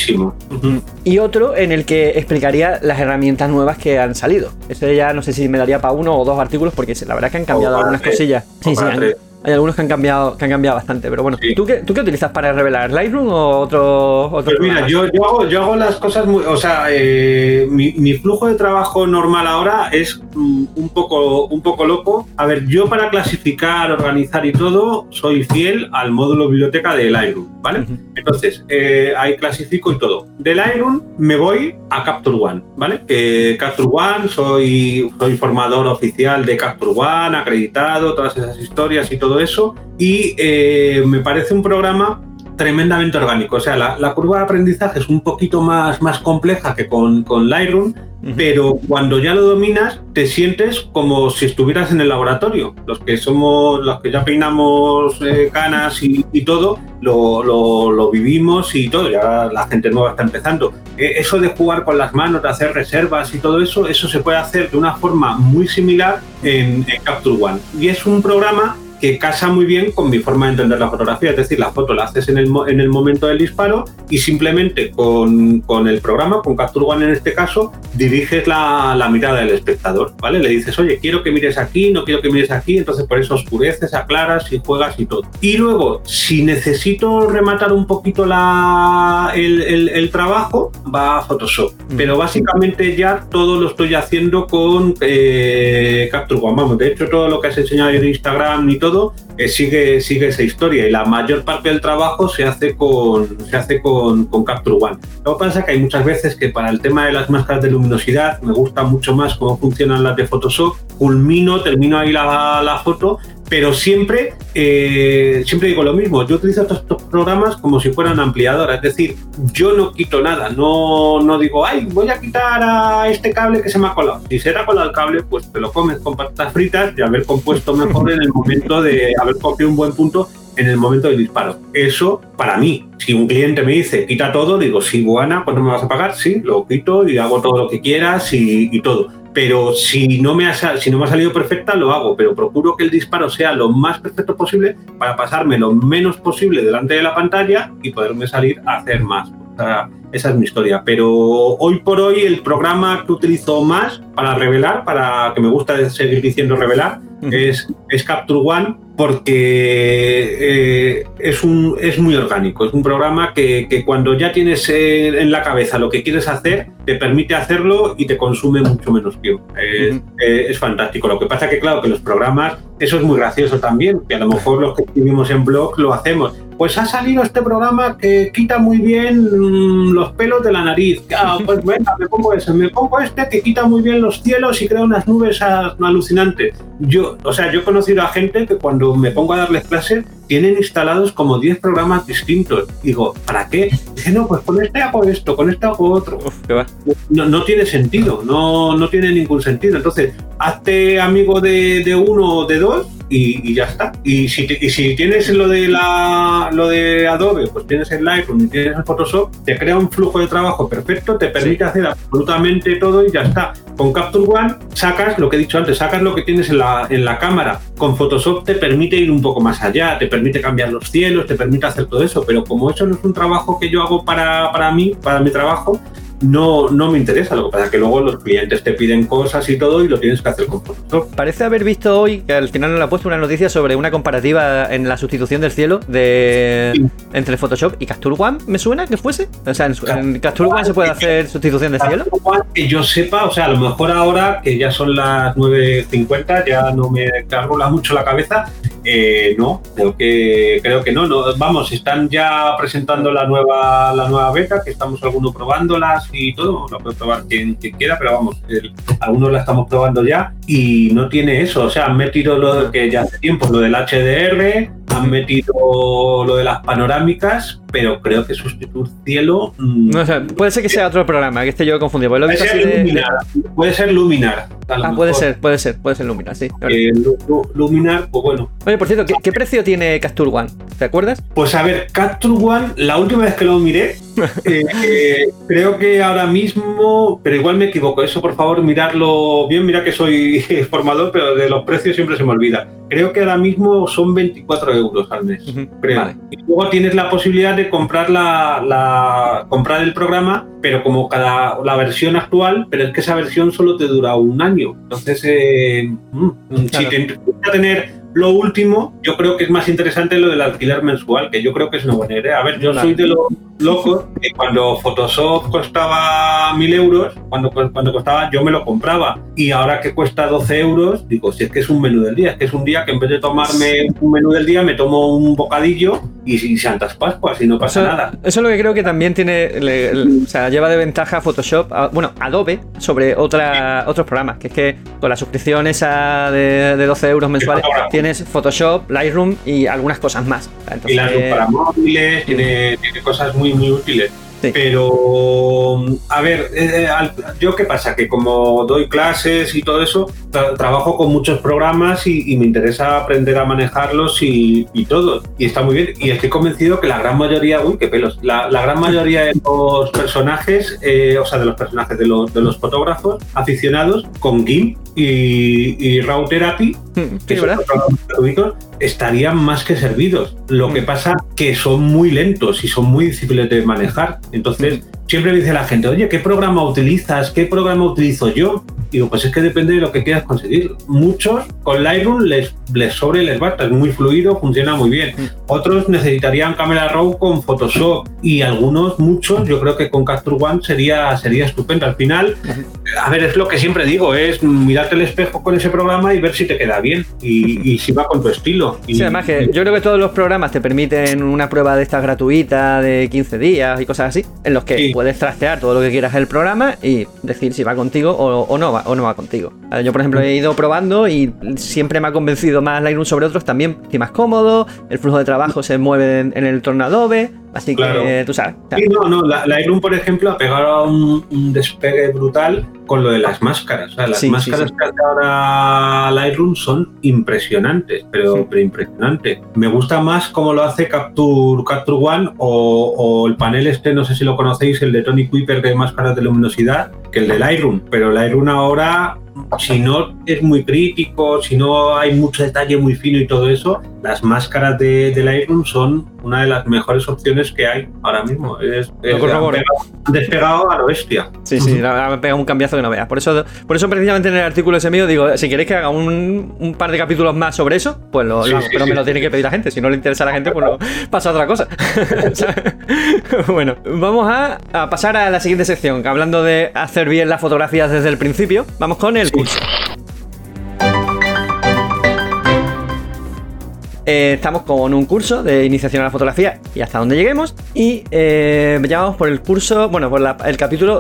Y otro en el que explicaría las herramientas nuevas que han salido. Eso ya no sé si me daría para 1 o 2 artículos, porque la verdad es que han cambiado algunas cosillas. Sí, hay algunos que han cambiado bastante, pero bueno. Sí. ¿Tú qué utilizas para revelar? ¿Lightroom o otro pues mira, yo hago las cosas muy... O sea, mi flujo de trabajo normal ahora es un poco loco. A ver, yo para clasificar, organizar y todo, soy fiel al módulo biblioteca de Lightroom, ¿vale? Entonces, ahí clasifico y todo. De Lightroom me voy a Capture One, ¿vale? Capture One, soy formador oficial de Capture One, acreditado, todas esas historias y todo eso, y me parece un programa tremendamente orgánico. O sea, la curva de aprendizaje es un poquito más compleja que con Lightroom, pero cuando ya lo dominas, te sientes como si estuvieras en el laboratorio. Los que ya peinamos canas y todo, lo vivimos y todo, ya la gente nueva está empezando. Eso de jugar con las manos, de hacer reservas y todo eso se puede hacer de una forma muy similar en Capture One. Y es un programa que casa muy bien con mi forma de entender la fotografía, es decir, la foto la haces en el momento del disparo y simplemente con el programa, con Capture One en este caso, diriges la mirada del espectador, ¿vale? Le dices, oye, quiero que mires aquí, no quiero que mires aquí, entonces por eso oscureces, aclaras y juegas y todo. Y luego, si necesito rematar un poquito el trabajo, va a Photoshop, pero básicamente ya todo lo estoy haciendo con Capture One, vamos, de hecho todo lo que has enseñado en Instagram y todo, sigue esa historia y la mayor parte del trabajo se hace con Capture One. Lo que pasa es que hay muchas veces que para el tema de las máscaras de luminosidad me gusta mucho más cómo funcionan las de Photoshop, termino ahí la foto, pero siempre digo lo mismo, yo utilizo estos programas como si fueran ampliadoras, es decir, yo no quito nada, no digo, ay, voy a quitar a este cable que se me ha colado. Si se te ha colado el cable, pues te lo comes con patatas fritas y haber compuesto mejor en el momento de haber cogido un buen punto en el momento del disparo. Eso, para mí, si un cliente me dice, quita todo, digo, sí, buena, ¿cuánto me vas a pagar? Sí, lo quito y hago todo lo que quieras y todo. Pero si no me ha salido perfecta, lo hago, pero procuro que el disparo sea lo más perfecto posible para pasarme lo menos posible delante de la pantalla y poderme salir a hacer más. O sea, esa es mi historia. Pero hoy por hoy el programa que utilizo más para revelar, para que me gusta seguir diciendo revelar, es Capture One, porque es muy orgánico. Es un programa que cuando ya tienes en la cabeza lo que quieres hacer, te permite hacerlo y te consume mucho menos tiempo. Es fantástico. Lo que pasa que, claro, que los programas, eso es muy gracioso también, que a lo mejor los que escribimos en blog lo hacemos. Pues ha salido este programa que quita muy bien los pelos de la nariz. Ah, pues venga, me pongo este que quita muy bien los cielos y crea unas nubes alucinantes. Yo he conocido a gente que cuando me pongo a darles clases tienen instalados como 10 programas distintos. Digo, ¿para qué? Dice, no, pues con este hago esto, con este hago otro. ¿Qué va? No tiene sentido, no tiene ningún sentido. Entonces, hazte amigo de uno o de dos y ya está. Y si tienes lo de Adobe, pues tienes el Lightroom y tienes el Photoshop, te crea un flujo de trabajo perfecto, te permite hacer absolutamente todo y ya está. Con Capture One sacas lo que he dicho antes, sacas lo que tienes en la cámara. Con Photoshop te permite ir un poco más allá, te permite cambiar los cielos, te permite hacer todo eso, pero como eso no es un trabajo que yo hago para mí, para mi trabajo, no me interesa. Lo que pasa es que luego los clientes te piden cosas y todo y lo tienes que hacer con Photoshop. Parece haber visto hoy, que al final no le ha puesto una noticia sobre una comparativa en la sustitución del cielo entre Photoshop y Capture One. ¿Me suena que fuese? O sea, en Capture One se puede hacer sustitución de cielo. Que yo sepa, o sea, a lo mejor ahora que ya son las 9:50 ya no me cargola mucho la cabeza. No, creo que no. Vamos, están ya presentando la nueva beta, que estamos algunos probándolas y todo. La puede probar quien quiera, pero vamos, algunos la estamos probando ya y no tiene eso. O sea, han metido lo que ya hace tiempo, lo del HDR, han metido lo de las panorámicas, pero creo que sustituir cielo... No, o sea, puede ser que sea otro programa, que esté yo confundido. Puede ser Luminar. Puede ser Luminar, sí. Luminar, pues bueno. Oye, por cierto, ¿qué precio tiene Capture One? ¿Te acuerdas? Pues a ver, Capture One, la última vez que lo miré, creo que ahora mismo, pero igual me equivoco, eso por favor miradlo bien, mira que soy formador, pero de los precios siempre se me olvida. Creo que ahora mismo son 24 euros al mes, creo. Vale. Y luego tienes la posibilidad de comprar comprar el programa, pero como la versión actual, pero es que esa versión solo te dura un año. Entonces, si te interesa tener lo último, yo creo que es más interesante lo del alquiler mensual, que yo creo que es una buena idea. A ver, yo soy de los locos que cuando Photoshop costaba 1.000 euros, cuando costaba, yo me lo compraba. Y ahora que cuesta 12 euros, digo, si es que es un menú del día, es que es un día que en vez de tomarme un menú del día, me tomo un bocadillo y Santas Pascuas y no pasa nada. Eso es lo que creo que también tiene, o sea, lleva de ventaja Photoshop, Adobe, sobre otros programas, que es que con la suscripción esa de 12 euros mensuales tienes Photoshop, Lightroom y algunas cosas más. Entonces, y Lightroom para móviles, tiene cosas muy, muy útiles. Sí. Pero, a ver, yo qué pasa, que como doy clases y todo eso, trabajo con muchos programas y me interesa aprender a manejarlos y todo. Y está muy bien. Y estoy convencido que la gran mayoría, uy, qué pelos, la gran mayoría de los personajes, de los fotógrafos aficionados con GIMP y RAW Therapy, que son programas gratuitos, estarían más que servidos. Lo que pasa que son muy lentos y son muy difíciles de manejar. Entonces, siempre me dice la gente, oye, ¿qué programa utilizas? ¿Qué programa utilizo yo? Digo, pues es que depende de lo que quieras conseguir. Muchos con Lightroom les sobra y les basta, es muy fluido, funciona muy bien. Otros necesitarían Camera Raw con Photoshop y muchos, yo creo que con Capture One sería estupendo. Al final, a ver, es lo que siempre digo, es mirarte el espejo con ese programa y ver si te queda bien y si va con tu estilo. Sí, además que yo creo que todos los programas te permiten una prueba de estas gratuita de 15 días y cosas así, en los que puedes trastear todo lo que quieras del programa y decir si va contigo o no va contigo. Yo, por ejemplo, he ido probando y siempre me ha convencido más Lightroom sobre otros. También estoy más cómodo, el flujo de trabajo se mueve en el entorno Adobe, así claro. Que tú sabes. Sí, Lightroom, por ejemplo, ha pegado un despegue brutal con lo de las máscaras. O sea, las máscaras que hace ahora Lightroom son impresionantes, pero impresionantes. Me gusta más cómo lo hace Capture One o el panel no sé si lo conocéis, el de Tony Kuiper de máscaras de luminosidad, que el de Lightroom. Pero Lightroom ahora, si no es muy crítico, si no hay mucho detalle muy fino y todo eso, las máscaras de Lightroom son una de las mejores opciones que hay ahora mismo. Han despegado a lo bestia. Sí, me pega un cambiazo que no veas. Por eso precisamente en el artículo ese mío digo, si queréis que haga un par de capítulos más sobre eso, pues lo hago, pero me lo tiene que pedir la gente. Si no le interesa a la gente, pues no pasa otra cosa. Bueno, vamos a pasar a la siguiente sección, que hablando de hacer bien las fotografías desde el principio, vamos con el curso. Estamos con un curso de iniciación a la fotografía y hasta donde lleguemos, y ya vamos por el curso, por el capítulo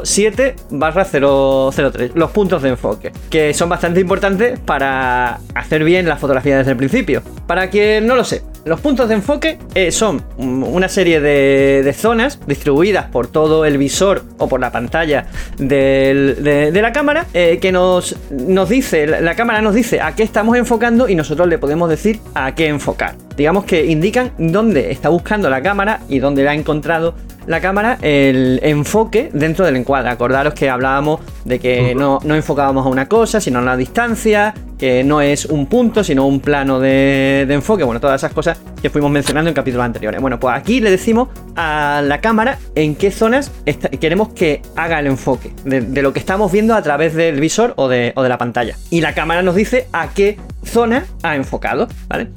7/003, los puntos de enfoque, que son bastante importantes para hacer bien la fotografía desde el principio. Para quien no lo sé, los puntos de enfoque son una serie de zonas distribuidas por todo el visor o por la pantalla de la cámara, que nos dice, la cámara nos dice a qué estamos enfocando y nosotros le podemos decir a qué enfocar. Digamos que indican dónde está buscando la cámara y dónde la ha encontrado la cámara el enfoque dentro del encuadre. Acordaros que hablábamos de que no enfocábamos a una cosa, sino a una distancia, que no es un punto, sino un plano de enfoque. Bueno, todas esas cosas que fuimos mencionando en capítulos anteriores. Bueno, pues aquí le decimos a la cámara en qué zonas queremos que haga el enfoque de lo que estamos viendo a través del visor o de la pantalla. Y la cámara nos dice a qué zona ha enfocado, ¿vale?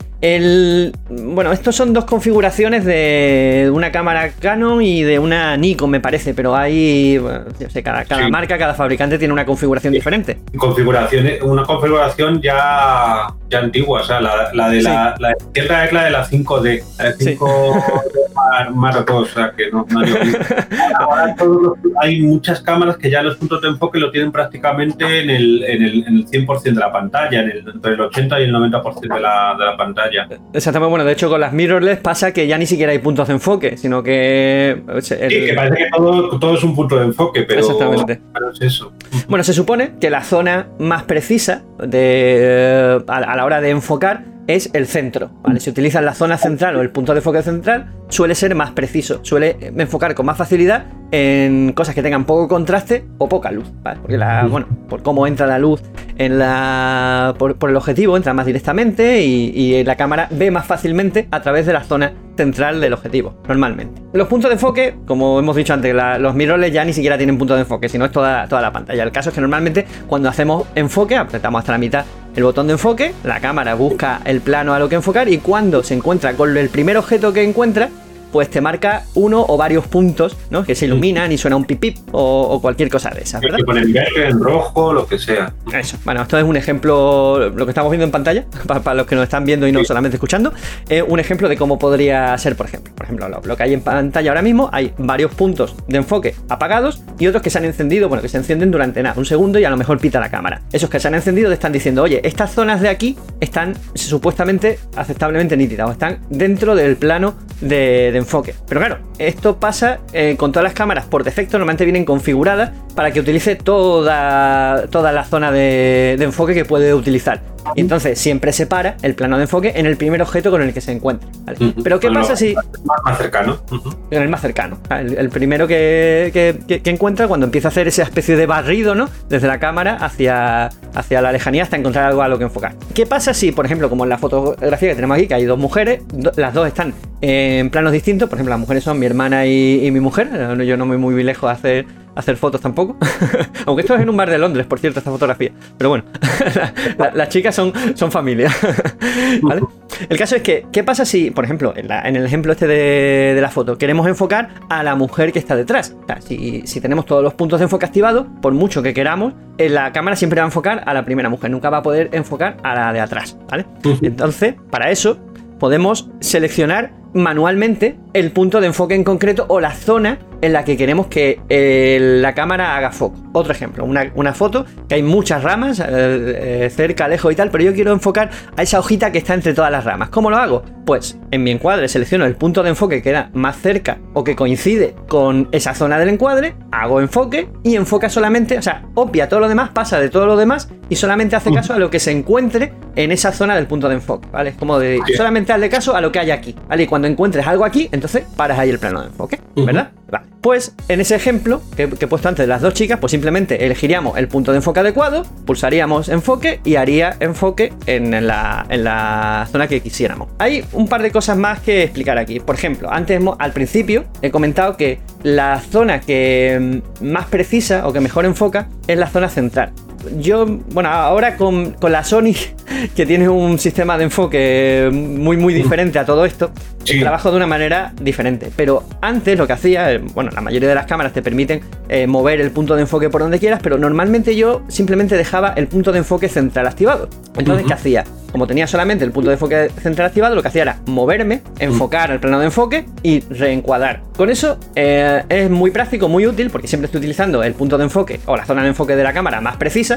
Estos son dos configuraciones de una cámara Canon y de una Nikon, me parece, pero hay, yo sé, cada marca, cada fabricante tiene una configuración diferente. Una configuración ya antigua, o sea, la izquierda es la de la 5D, la de 5D Mark II, o sea, que no ahora hay muchas cámaras que ya los puntos de enfoque lo tienen prácticamente en el 100% de la pantalla, entre el 80 y el 90% de la pantalla. Exactamente, bueno, de hecho con las mirrorless pasa que ya ni siquiera hay puntos de enfoque, sino que... que parece que todo es un punto de enfoque, pero... Exactamente. Pero es eso. Bueno, se supone que la zona más precisa a la hora de enfocar es el centro, ¿vale? Si utilizas la zona central o el punto de enfoque central, suele ser más preciso, suele enfocar con más facilidad en cosas que tengan poco contraste o poca luz, ¿vale? Porque por cómo entra la luz por el objetivo, entra más directamente y la cámara ve más fácilmente a través de la zona central del objetivo, normalmente. Los puntos de enfoque, como hemos dicho antes, los mirrorless ya ni siquiera tienen puntos de enfoque, sino es toda la pantalla. El caso es que normalmente cuando hacemos enfoque, apretamos hasta la mitad el botón de enfoque, la cámara busca el plano a lo que enfocar y cuando se encuentra con el primer objeto que encuentra, pues te marca uno o varios puntos, ¿no? Que se iluminan y suena un pip pip o cualquier cosa de esas, ¿verdad? Que pone en verde, en rojo, lo que sea. Eso. Bueno, esto es un ejemplo, lo que estamos viendo en pantalla, para los que nos están viendo y no solamente escuchando, un ejemplo de cómo podría ser, por ejemplo. Por ejemplo, lo que hay en pantalla ahora mismo, hay varios puntos de enfoque apagados y otros que se han encendido, que se encienden durante un segundo y a lo mejor pita la cámara. Esos que se han encendido te están diciendo, oye, estas zonas de aquí están supuestamente aceptablemente nítidas o están dentro del plano de enfoque. Pero claro, esto pasa con todas las cámaras por defecto, normalmente vienen configuradas para que utilice toda la zona de enfoque que puede utilizar. Y entonces siempre separa el plano de enfoque en el primer objeto con el que se encuentre, ¿vale? Pero ¿qué pasa si...? Más cercano. En el más cercano. El primero que encuentra cuando empieza a hacer esa especie de barrido, ¿no? Desde la cámara hacia la lejanía hasta encontrar algo a lo que enfocar. ¿Qué pasa si, por ejemplo, como en la fotografía que tenemos aquí, que hay dos mujeres, las dos están en planos distintos? Por ejemplo, las mujeres son mi hermana y mi mujer. Yo no me voy muy lejos a hacer fotos tampoco. Aunque esto es en un bar de Londres, por cierto, esta fotografía. Pero bueno, las chicas son familia. ¿Vale? El caso es que, ¿qué pasa si, por ejemplo, en el ejemplo este de la foto, queremos enfocar a la mujer que está detrás? O sea, si tenemos todos los puntos de enfoque activados, por mucho que queramos, la cámara siempre va a enfocar a la primera mujer, nunca va a poder enfocar a la de atrás, ¿vale? Entonces, para eso, podemos seleccionar manualmente el punto de enfoque en concreto o la zona en la que queremos que la cámara haga foco. Otro ejemplo, una foto que hay muchas ramas cerca, lejos y tal, pero yo quiero enfocar a esa hojita que está entre todas las ramas. ¿Cómo lo hago? Pues en mi encuadre selecciono el punto de enfoque que queda más cerca o que coincide con esa zona del encuadre, hago enfoque y enfoca solamente, o sea, obvia todo lo demás, pasa de todo lo demás y solamente hace caso a lo que se encuentre en esa zona del punto de enfoque, ¿vale? Es como de solamente hazle caso a lo que hay aquí, ¿vale? Y cuando encuentres algo aquí, entonces paras ahí el plano de enfoque, ¿verdad? Vale. Pues en ese ejemplo que he puesto antes de las dos chicas, pues simplemente elegiríamos el punto de enfoque adecuado, pulsaríamos enfoque y haría enfoque en la zona que quisiéramos. Hay un par de cosas más que explicar aquí. Por ejemplo, antes al principio he comentado que la zona que más precisa o que mejor enfoca es la zona central. Bueno, ahora con la Sony, que tiene un sistema de enfoque muy diferente a todo esto, trabajo de una manera diferente. Pero antes lo que hacía, bueno, la mayoría de las cámaras te permiten mover el punto de enfoque por donde quieras, pero normalmente yo simplemente dejaba el punto de enfoque central activado. Entonces, ¿qué hacía? Como tenía solamente el punto de enfoque central activado, lo que hacía era moverme, enfocar el plano de enfoque y reencuadrar. Con eso es muy práctico, muy útil, porque siempre estoy utilizando el punto de enfoque o la zona de enfoque de la cámara más precisa,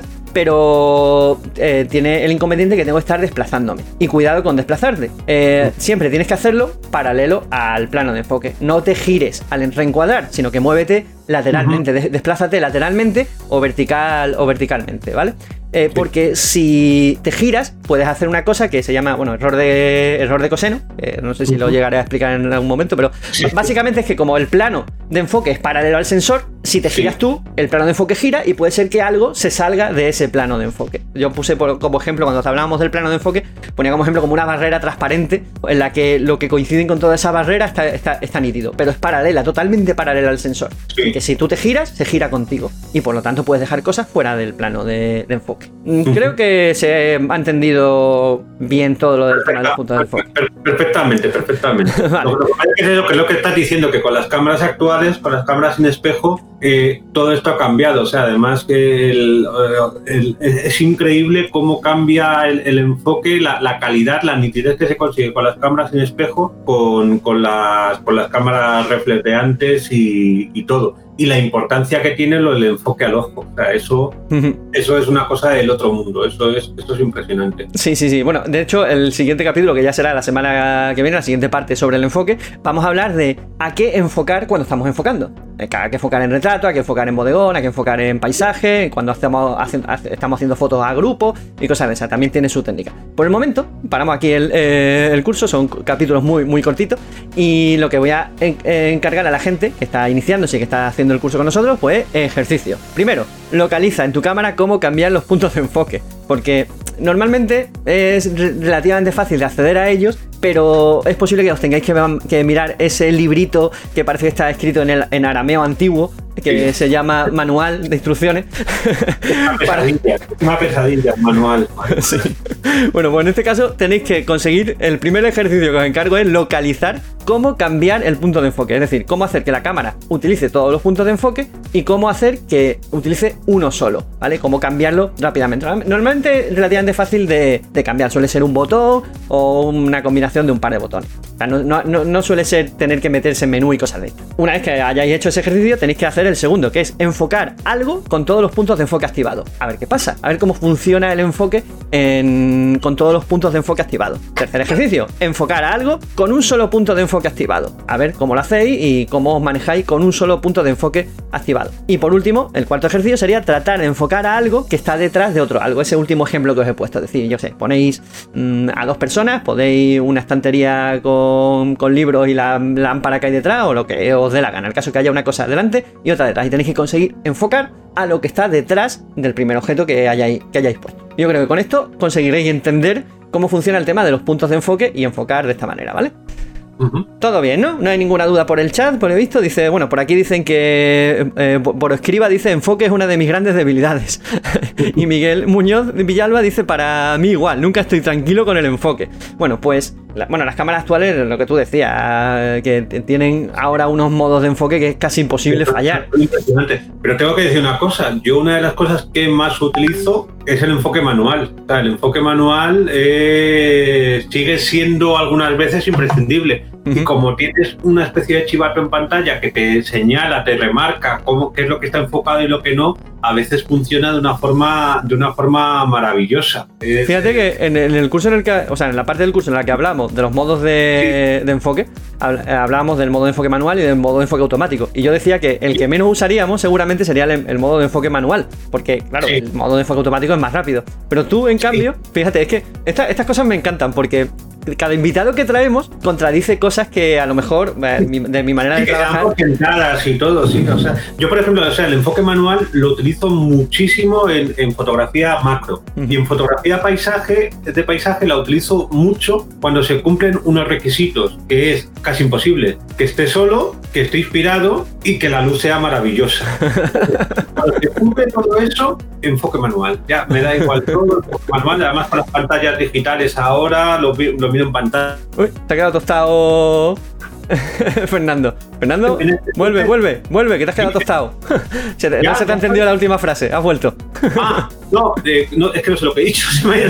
pero tiene el inconveniente que tengo que estar desplazándome. Y cuidado con desplazarte. Siempre tienes que hacerlo paralelo al plano de enfoque. No te gires al reencuadrar, sino que muévete lateralmente, desplázate lateralmente o verticalmente, ¿vale? Porque si te giras, puedes hacer una cosa que se llama, bueno, error de coseno. No sé si lo llegaré a explicar en algún momento, pero básicamente es que como el plano de enfoque es paralelo al sensor, si te giras tú, el plano de enfoque gira y puede ser que algo se salga de ese plano de enfoque. Yo puse como ejemplo, cuando hablábamos del plano de enfoque, ponía como ejemplo como una barrera transparente en la que lo que coincide con toda esa barrera está nítido, pero es paralela, totalmente paralela al sensor. Y que si tú te giras, se gira contigo. Y por lo tanto puedes dejar cosas fuera del plano de enfoque. Creo que se ha entendido bien todo lo del tema de los puntos de enfoque. Perfectamente. Vale. Lo que es lo que estás diciendo, que con las cámaras actuales, con las cámaras sin espejo, todo esto ha cambiado. O sea, además que es increíble cómo cambia el enfoque, la calidad, la nitidez que se consigue con las cámaras sin espejo, con las cámaras reflectantes y todo. Y la importancia que tiene lo del enfoque al ojo. O sea, eso es una cosa del otro mundo. Esto es impresionante. Sí. Bueno, de hecho, el siguiente capítulo, que ya será la semana que viene, la siguiente parte sobre el enfoque, vamos a hablar de a qué enfocar cuando estamos enfocando. Hay que enfocar en retrato, hay que enfocar en bodegón, hay que enfocar en paisaje, cuando estamos haciendo fotos a grupo y cosas de esas. También tiene su técnica. Por el momento, paramos aquí el curso. Son capítulos muy cortitos. Y lo que voy a encargar a la gente que está iniciándose y que está haciendo el curso con nosotros, pues ejercicio. Primero, localiza en tu cámara cómo cambiar los puntos de enfoque, porque normalmente es relativamente fácil de acceder a ellos, pero es posible que os tengáis que mirar ese librito que parece que está escrito en arameo antiguo, que se llama Manual de Instrucciones. Una pesadilla, manual. Sí. Bueno, pues en este caso tenéis que conseguir, el primer ejercicio que os encargo es localizar cómo cambiar el punto de enfoque, es decir, cómo hacer que la cámara utilice todos los puntos de enfoque y cómo hacer que utilice uno solo, ¿vale? Cómo cambiarlo rápidamente. Normalmente es relativamente fácil de cambiar, suele ser un botón o una combinación de un par de botones. O sea, no suele ser tener que meterse en menú y cosas de estas. Una vez que hayáis hecho ese ejercicio, tenéis que hacer el segundo, que es enfocar algo con todos los puntos de enfoque activados. A ver qué pasa, a ver cómo funciona el enfoque con todos los puntos de enfoque activados. Tercer ejercicio, enfocar a algo con un solo punto de enfoque enfoque activado. A ver cómo lo hacéis y cómo os manejáis con un solo punto de enfoque activado. Y por último, el cuarto ejercicio sería tratar de enfocar a algo que está detrás de otro algo. Ese último ejemplo que os he puesto. Es decir, yo sé, ponéis a dos personas, podéis una estantería con libros y la lámpara que hay detrás o lo que os dé la gana. El caso es que haya una cosa delante y otra detrás. Y tenéis que conseguir enfocar a lo que está detrás del primer objeto que hayáis puesto. Yo creo que con esto conseguiréis entender cómo funciona el tema de los puntos de enfoque y enfocar de esta manera, ¿vale? Todo bien, ¿no? No hay ninguna duda por el chat, por lo visto. Dice, bueno, por aquí dicen que por escriba dice, enfoque es una de mis grandes debilidades. Y Miguel Muñoz Villalba dice, para mí igual, nunca estoy tranquilo con el enfoque. Bueno, pues, las cámaras actuales, lo que tú decías, que tienen ahora unos modos de enfoque que es casi imposible fallar. Impresionante. Pero tengo que decir una cosa, yo una de las cosas que más utilizo es el enfoque manual. O sea, el enfoque manual sigue siendo algunas veces imprescindible. Y como tienes una especie de chivato en pantalla que te señala, te remarca qué es lo que está enfocado y lo que no, a veces funciona de una forma maravillosa. Fíjate que en el curso en la parte del curso en la que hablamos de los modos de enfoque, hablábamos del modo de enfoque manual y del modo de enfoque automático. Y yo decía que el que menos usaríamos seguramente sería el modo de enfoque manual, porque claro, el modo de enfoque automático es más rápido. Pero tú, en cambio, fíjate, es que estas cosas me encantan porque cada invitado que traemos contradice cosas que a lo mejor de mi manera de trabajar y todo, sí. O sea, yo por ejemplo, el enfoque manual lo utilizo muchísimo en fotografía macro y en fotografía de paisaje la utilizo mucho cuando se cumplen unos requisitos, que es casi imposible que esté solo, que esté inspirado y que la luz sea maravillosa. Cuando se cumple todo eso, enfoque manual. Ya me da igual todo, enfoque manual. Además con las pantallas digitales ahora lo miro en pantalla. Uy, te ha quedado tostado Fernando, vuelve, que te has quedado tostado. No se te ha entendido la última frase, has vuelto. No, es que no sé lo que he dicho, se me ha ido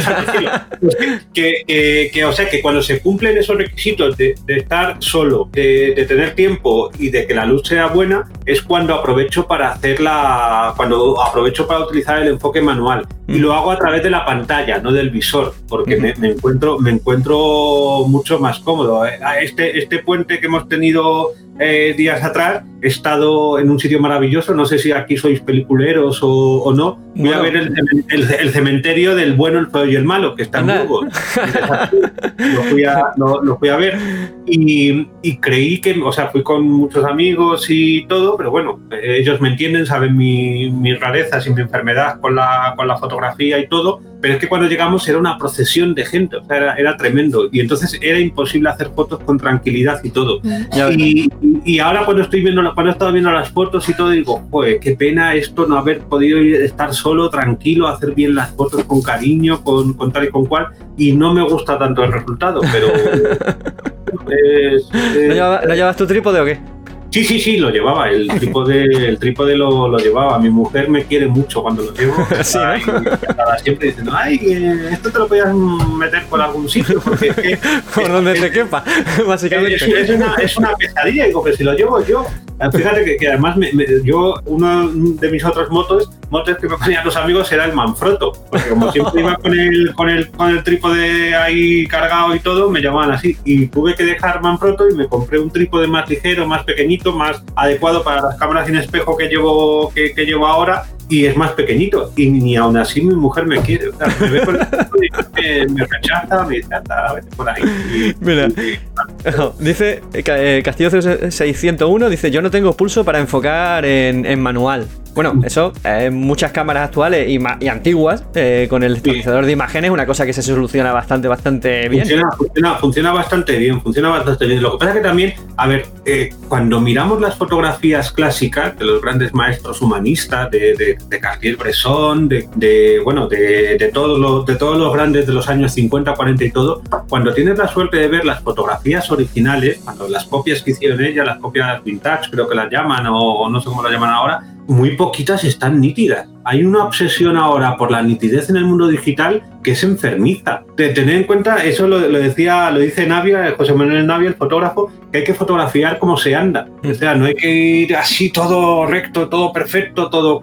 o sea, que cuando se cumplen esos requisitos de estar solo, de tener tiempo y de que la luz sea buena, es cuando aprovecho para utilizar el enfoque manual. Y lo hago a través de la pantalla, no del visor, porque me encuentro mucho más cómodo. Este puente que hemos tenido días atrás, he estado en un sitio maravilloso, no sé si aquí sois peliculeros o no. Voy a ver el cementerio del bueno, el feo y el malo, que está en Burgos. Lo fui a ver y creí que, o sea, fui con muchos amigos y todo, pero bueno, ellos me entienden, saben mis rarezas y mi enfermedad con la fotografía y todo, pero es que cuando llegamos era una procesión de gente, o sea, era tremendo, y entonces era imposible hacer fotos con tranquilidad y todo. Y ahora cuando he estado viendo las fotos y todo, digo, joder, qué pena esto, no haber podido estar solo, tranquilo, hacer bien las fotos con cariño, con tal y con cual, y no me gusta tanto el resultado, pero... ¿No llevas tu trípode o qué? Sí, lo llevaba, el trípode lo llevaba. Mi mujer me quiere mucho cuando lo llevo. Sí, ¿no? Y siempre diciendo, esto te lo podías meter por algún sitio. Porque por donde te quepa, básicamente. Es una pesadilla, digo, que si lo llevo yo... Fíjate que además yo, uno de mis otros motos que me ponían los amigos era el Manfrotto, porque como siempre iba con el trípode ahí cargado y todo, me llamaban así, y tuve que dejar Manfrotto y me compré un trípode más ligero, más pequeñito, más adecuado para las cámaras sin espejo que llevo ahora, y es más pequeñito, y ni aún así mi mujer me quiere, o sea, me ve con el trípode y me rechaza, me dice, anda, vete por ahí. Mira, dice Castillo 601, dice, yo no tengo pulso para enfocar en manual. Bueno, eso muchas cámaras actuales y antiguas con el estabilizador de imágenes, una cosa que se soluciona bastante bien. Funciona bastante bien, Lo que pasa es que también, a ver, cuando miramos las fotografías clásicas de los grandes maestros humanistas, de Cartier-Bresson, de todos los grandes de los años 50, 40 y todo, cuando tienes la suerte de ver las fotografías originales, cuando las copias que hicieron ella, las copias vintage, creo que las llaman, o no sé cómo las llaman ahora, muy poquitas están nítidas. Hay una obsesión ahora por la nitidez en el mundo digital que es enfermiza. Tener en cuenta, eso lo dice Navia, José Manuel Navia, el fotógrafo, que hay que fotografiar como se anda. O sea, no hay que ir así todo recto, todo perfecto, todo cual.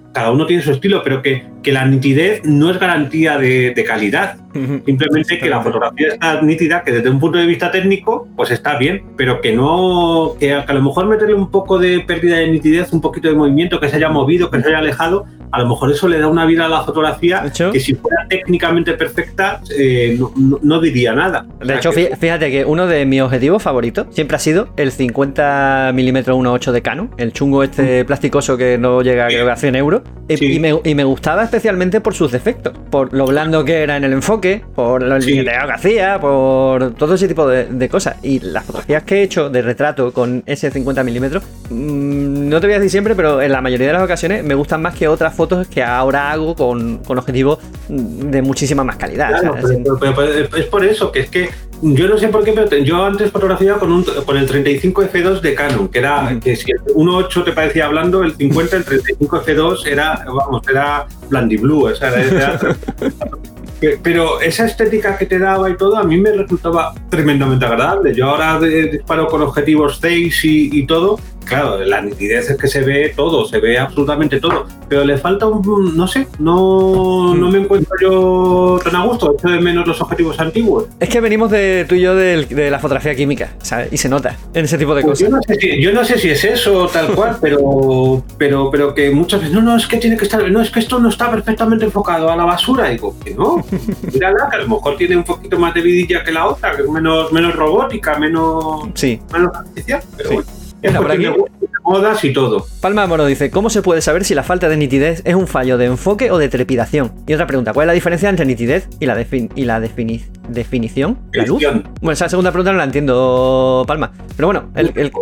cada uno tiene su estilo, pero que la nitidez no es garantía de calidad. Simplemente que la fotografía está nítida, que desde un punto de vista técnico, pues está bien, pero que no, que a lo mejor meterle un poco de pérdida de nitidez, un poquito de movimiento, que se haya movido, que se haya alejado, a lo mejor eso le da una vida a la fotografía que si fuera técnicamente perfecta no diría nada. De hecho, fíjate que uno de mis objetivos favoritos siempre ha sido el 50 mm 1.8 de Canon, el chungo plasticoso que no llega creo que a 100 euros. Y me gustaba especialmente por sus defectos, por lo blando que era en el enfoque, por el viñeteo que hacía, por todo ese tipo de cosas. Y las fotografías que he hecho de retrato con ese 50 milímetros, no te voy a decir siempre, pero en la mayoría de las ocasiones me gustan más que otras fotos que ahora hago con objetivos de muchísima más calidad. Claro, pero es por eso, que es que yo no sé por qué, pero yo antes fotografiaba con el 35 F2 de Canon, que era que si el 1.8 te parecía blando, el 50, el 35 F2 era blandiblue, o sea, era pero esa estética que te daba y todo a mí me resultaba tremendamente agradable. Yo ahora disparo con objetivos 6 y todo. Claro, la nitidez es que se ve todo, se ve absolutamente todo, pero le falta no sé, no me encuentro yo tan a gusto, echo de menos los objetivos antiguos. Es que venimos tú y yo de la fotografía química, ¿sabes? Y se nota en ese tipo de cosas. Yo no sé si es eso tal cual, pero que muchas veces, es que tiene que estar, es que esto no está perfectamente enfocado a la basura, y digo, que no, mírala, que a lo mejor tiene un poquito más de vidilla que la otra, que es menos robótica, menos artificial, pero bueno. Por aquí, modas y todo. Palma Moro dice: ¿cómo se puede saber si la falta de nitidez es un fallo de enfoque o de trepidación? Y otra pregunta: ¿cuál es la diferencia entre nitidez y la definición? ¿La luz? Bueno, esa segunda pregunta no la entiendo, Palma. Pero bueno,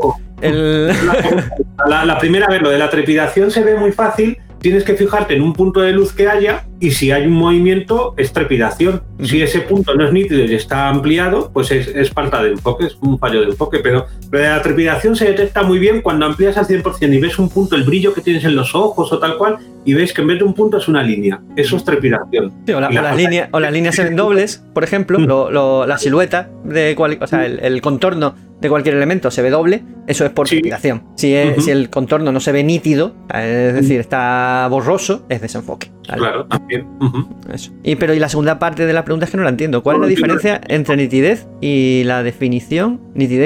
la primera vez, lo de la trepidación se ve muy fácil. Tienes que fijarte en un punto de luz que haya y si hay un movimiento es trepidación. Si ese punto no es nítido y está ampliado, pues es falta de enfoque, es un fallo de enfoque. Pero la trepidación se detecta muy bien cuando amplías al 100% y ves un punto, el brillo que tienes en los ojos o tal cual, y ves que en vez de un punto es una línea. Eso es trepidación. Sí, o las líneas se ven dobles, por ejemplo, la silueta, el contorno de cualquier elemento se ve doble, eso es por trepidación. Si el contorno no se ve nítido, es decir, está borroso, es desenfoque. ¿Vale? Claro, también. Eso. Pero y la segunda parte de la pregunta es que no la entiendo. ¿Cuál es la diferencia entre nitidez y la definición?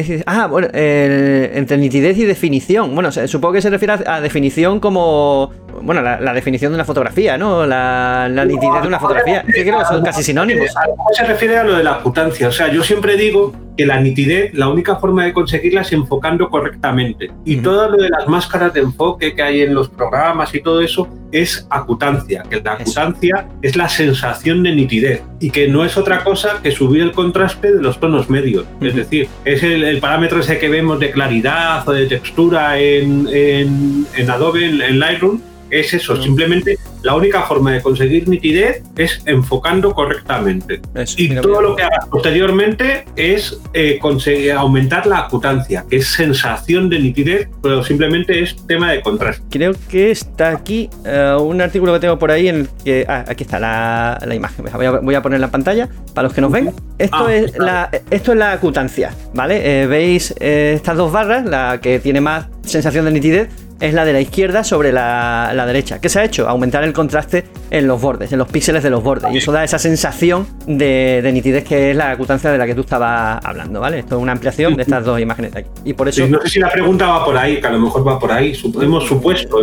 Entre nitidez y definición. Bueno, supongo que se refiere a definición como... Bueno, la definición de una fotografía, ¿no? La nitidez de una fotografía. Yo creo que son casi sinónimos. Se refiere a lo de la acutancia. O sea, yo siempre digo que la nitidez, la única forma de conseguirla es enfocando correctamente. Y todo lo de las máscaras de enfoque que hay en los programas y todo eso es acutancia. Que la acutancia es la sensación de nitidez y que no es otra cosa que subir el contraste de los tonos medios. Es decir, es el parámetro ese que vemos de claridad o de textura en Adobe, en Lightroom. Es eso, simplemente la única forma de conseguir nitidez es enfocando correctamente. Todo lo que hagas posteriormente es conseguir aumentar la acutancia, que es sensación de nitidez, pero simplemente es tema de contraste. Creo que está aquí un artículo que tengo por ahí en el que... aquí está la imagen. Voy a ponerla en pantalla para los que nos ven. Esto es la acutancia, ¿vale? ¿Veis estas dos barras? La que tiene más sensación de nitidez es la de la izquierda sobre la derecha. ¿Qué se ha hecho? Aumentar el contraste en los bordes, en los píxeles de los bordes. Y eso da esa sensación de nitidez que es la acutancia de la que tú estabas hablando, ¿vale? Esto es una ampliación de estas dos imágenes de aquí. Y por eso... no sé si la pregunta va por ahí, que a lo mejor va por ahí. Hemos supuesto,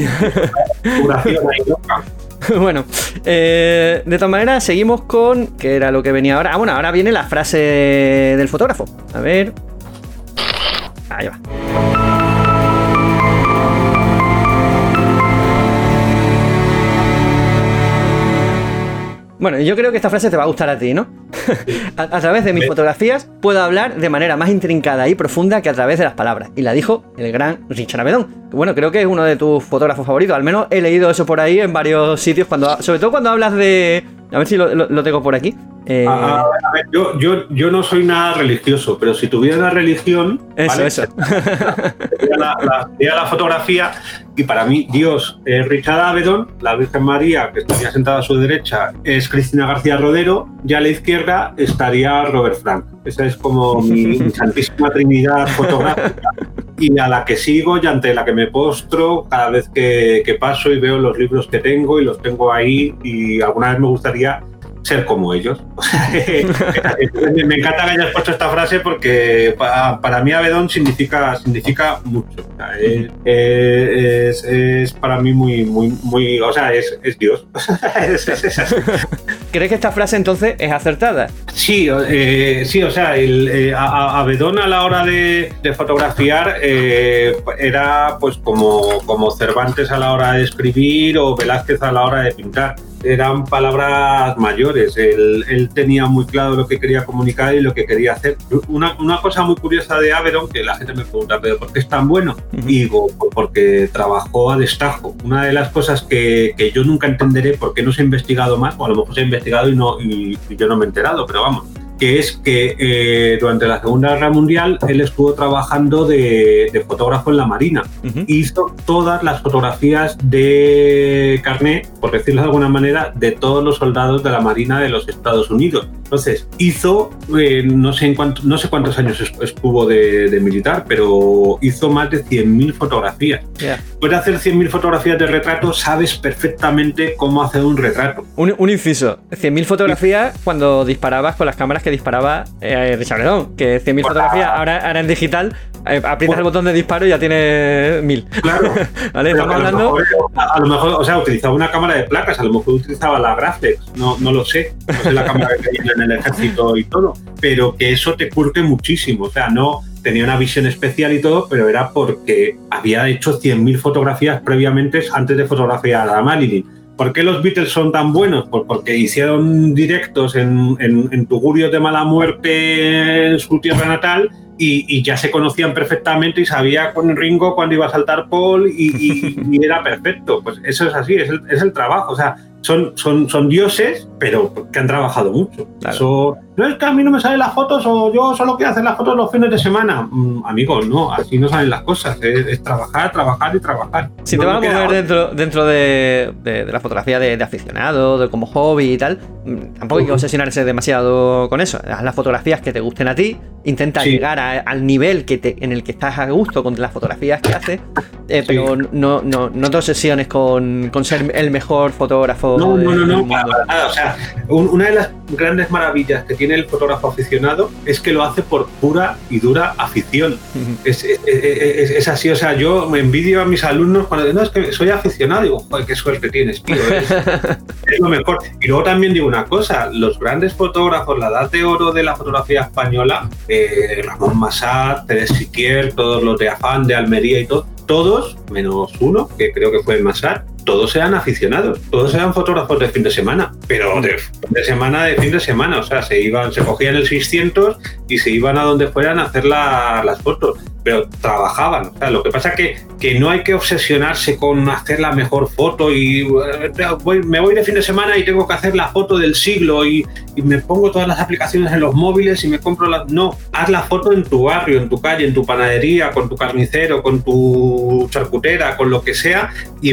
Bueno, de todas maneras, seguimos con... ¿Qué era lo que venía ahora? Bueno, ahora viene la frase del fotógrafo. A ver... Ahí va. Bueno, yo creo que esta frase te va a gustar a ti, ¿no? A través de mis fotografías puedo hablar de manera más intrincada y profunda que a través de las palabras. Y la dijo el gran Richard Avedon. Bueno, creo que es uno de tus fotógrafos favoritos. Al menos he leído eso por ahí en varios sitios, sobre todo cuando hablas de... A ver si lo tengo por aquí. A ver, yo no soy nada religioso, pero si tuviera una religión... Eso. Sería la fotografía Y para mí, Dios es Richard Avedon, la Virgen María, que estaría sentada a su derecha, es Cristina García Rodero, y a la izquierda estaría Robert Frank. Esa es como mi santísima trinidad fotográfica. Y a la que sigo y ante la que me postro cada vez que paso y veo los libros que tengo y los tengo ahí, y alguna vez me gustaría ser como ellos. Me encanta que hayas puesto esta frase porque para mí Avedon significa mucho. O sea, es para mí muy, o sea, es Dios. es así. ¿Crees que esta frase entonces es acertada? Sí, o sea, Avedon a la hora de fotografiar era pues como Cervantes a la hora de escribir o Velázquez a la hora de pintar. Eran palabras mayores. Él tenía muy claro lo que quería comunicar y lo que quería hacer. Una cosa muy curiosa de Avedon, que la gente me pregunta, ¿pero por qué es tan bueno? Y digo, porque trabajó a destajo. Una de las cosas que yo nunca entenderé por qué no se ha investigado más, o a lo mejor se ha investigado y yo no me he enterado, pero vamos, que es que durante la Segunda Guerra Mundial él estuvo trabajando de fotógrafo en la Marina. Hizo todas las fotografías de carné, por decirlo de alguna manera, de todos los soldados de la Marina de los Estados Unidos. Entonces, hizo, no sé cuántos años estuvo de militar, pero hizo más de 100.000 fotografías. Puedes hacer 100.000 fotografías de retrato, sabes perfectamente cómo hacer un retrato. Un inciso, 100.000 fotografías cuando disparabas con las cámaras que disparaba Richard Avedon, que 100.000 fotografías ahora en digital, aprietas el botón de disparo y ya tienes 1.000. Claro. ¿Vale? Estamos hablando... A lo mejor, o sea, utilizaba una cámara de placas, a lo mejor utilizaba la Graflex, no lo sé, no sé la cámara que tenía en el ejército y todo, pero que eso te curte muchísimo, o sea, no tenía una visión especial y todo, pero era porque había hecho 100.000 fotografías previamente antes de fotografiar a Marilyn. ¿Por qué los Beatles son tan buenos? Pues porque hicieron directos en Tugurios de Mala Muerte en su tierra natal y ya se conocían perfectamente y sabía con Ringo cuándo iba a saltar Paul y era perfecto. Pues eso es así, es el trabajo. O sea, son dioses, pero que han trabajado mucho. Claro. Eso, no es que a mí no me salen las fotos o yo solo quiero hacer las fotos los fines de semana. Amigos, no, así no salen las cosas. Es trabajar y trabajar. Si te vas a mover dentro de la fotografía de aficionado, de como hobby y tal, tampoco hay que obsesionarse demasiado con eso. Haz las fotografías que te gusten a ti, intenta llegar al nivel en el que estás a gusto con las fotografías que haces, pero no te obsesiones con ser el mejor fotógrafo. No, para nada. O sea, una de las grandes maravillas que tiene el fotógrafo aficionado es que lo hace por pura y dura afición. Es así, o sea, yo me envidio a mis alumnos cuando dicen, no, es que soy aficionado, digo, joder, qué suerte tienes, tío, es lo mejor. Y luego también digo una cosa, los grandes fotógrafos, la edad de oro de la fotografía española, Ramón Massat, Teres Siquier, todos los de Afán, de Almería y todo, todos, menos uno, que creo que fue Massat, todos eran aficionados, todos eran fotógrafos de fin de semana, pero de fin de semana, o sea, se cogían el 600 y se iban a donde fueran a hacer las fotos, pero trabajaban. O sea, lo que pasa es que no hay que obsesionarse con hacer la mejor foto y me voy de fin de semana y tengo que hacer la foto del siglo y me pongo todas las aplicaciones en los móviles y me compro las... No, haz la foto en tu barrio, en tu calle, en tu panadería, con tu carnicero, con tu charcutera, con lo que sea,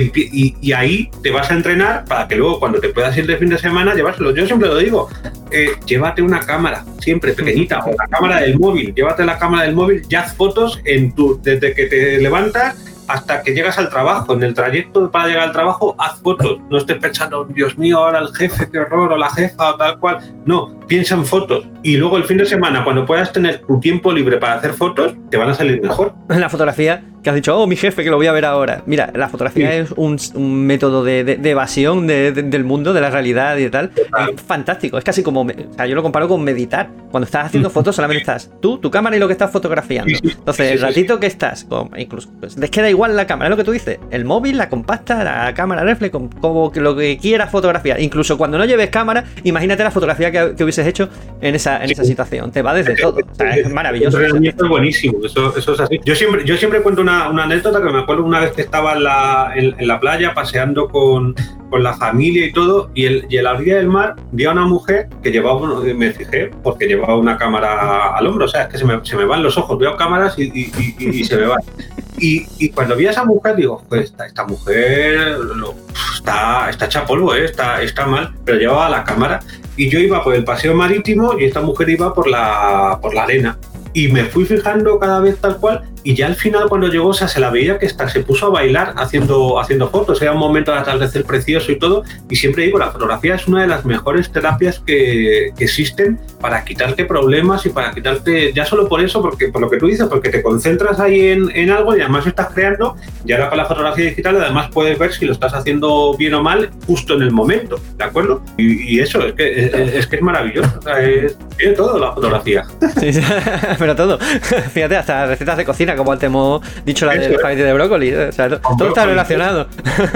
y ahí te vas a entrenar para que luego cuando te puedas ir de fin de semana llevárselo. Yo siempre lo digo, llévate una cámara, siempre pequeñita, o la cámara del móvil, llévate la cámara del móvil y haz fotos desde que te levantas hasta que llegas al trabajo. En el trayecto para llegar al trabajo, haz fotos. No estés pensando, Dios mío, ahora el jefe, qué horror, o la jefa, o tal cual. No, piensa en fotos. Y luego el fin de semana, cuando puedas tener tu tiempo libre para hacer fotos, te van a salir mejor. En la fotografía, que has dicho, mi jefe, que lo voy a ver ahora. Mira, la fotografía es un método de evasión del mundo, de la realidad y tal. Es fantástico. Es casi como, o sea, yo lo comparo con meditar. Cuando estás haciendo fotos, solamente estás tú, tu cámara y lo que estás fotografiando. Entonces, el ratito que estás, incluso, pues, les queda igual la cámara, es lo que tú dices. El móvil, la compacta, la cámara reflex, como lo que quieras fotografiar. Incluso cuando no lleves cámara, imagínate la fotografía que hubieses hecho en esa situación. Te va desde todo. O sea, es maravilloso. Realmente es buenísimo. Eso es así. Yo siempre cuento una anécdota que me acuerdo una vez que estaba en la playa paseando con la familia y todo, y en la orilla del mar vi a una mujer que llevaba, me fijé, porque llevaba una cámara al hombro. O sea, es que se me van los ojos, veo cámaras y se me van. Y cuando vi a esa mujer, digo, pues esta mujer está hecha polvo, está mal, pero llevaba la cámara. Y yo iba por el paseo marítimo y esta mujer iba por la arena. Y me fui fijando cada vez tal cual, y ya al final cuando llegó, o sea, se la veía que se puso a bailar haciendo fotos. Era un momento de atardecer precioso y todo, y siempre digo, la fotografía es una de las mejores terapias que existen para quitarte problemas y para quitarte, ya solo por eso, porque por lo que tú dices, porque te concentras ahí en algo y además estás creando, y ahora con la fotografía digital además puedes ver si lo estás haciendo bien o mal justo en el momento, ¿de acuerdo? Y eso, es que es maravilloso, o sea, tiene todo la fotografía. Sí, pero todo. Fíjate, hasta recetas de cocina, como antes hemos dicho, la del espagueti de brócoli. O sea, todo está relacionado.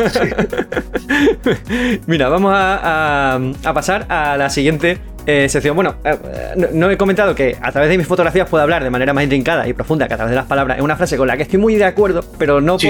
Sí. Mira, vamos a pasar a la siguiente sección. Bueno, no he comentado que a través de mis fotografías puedo hablar de manera más intrincada y profunda que a través de las palabras. Es una frase con la que estoy muy de acuerdo, pero no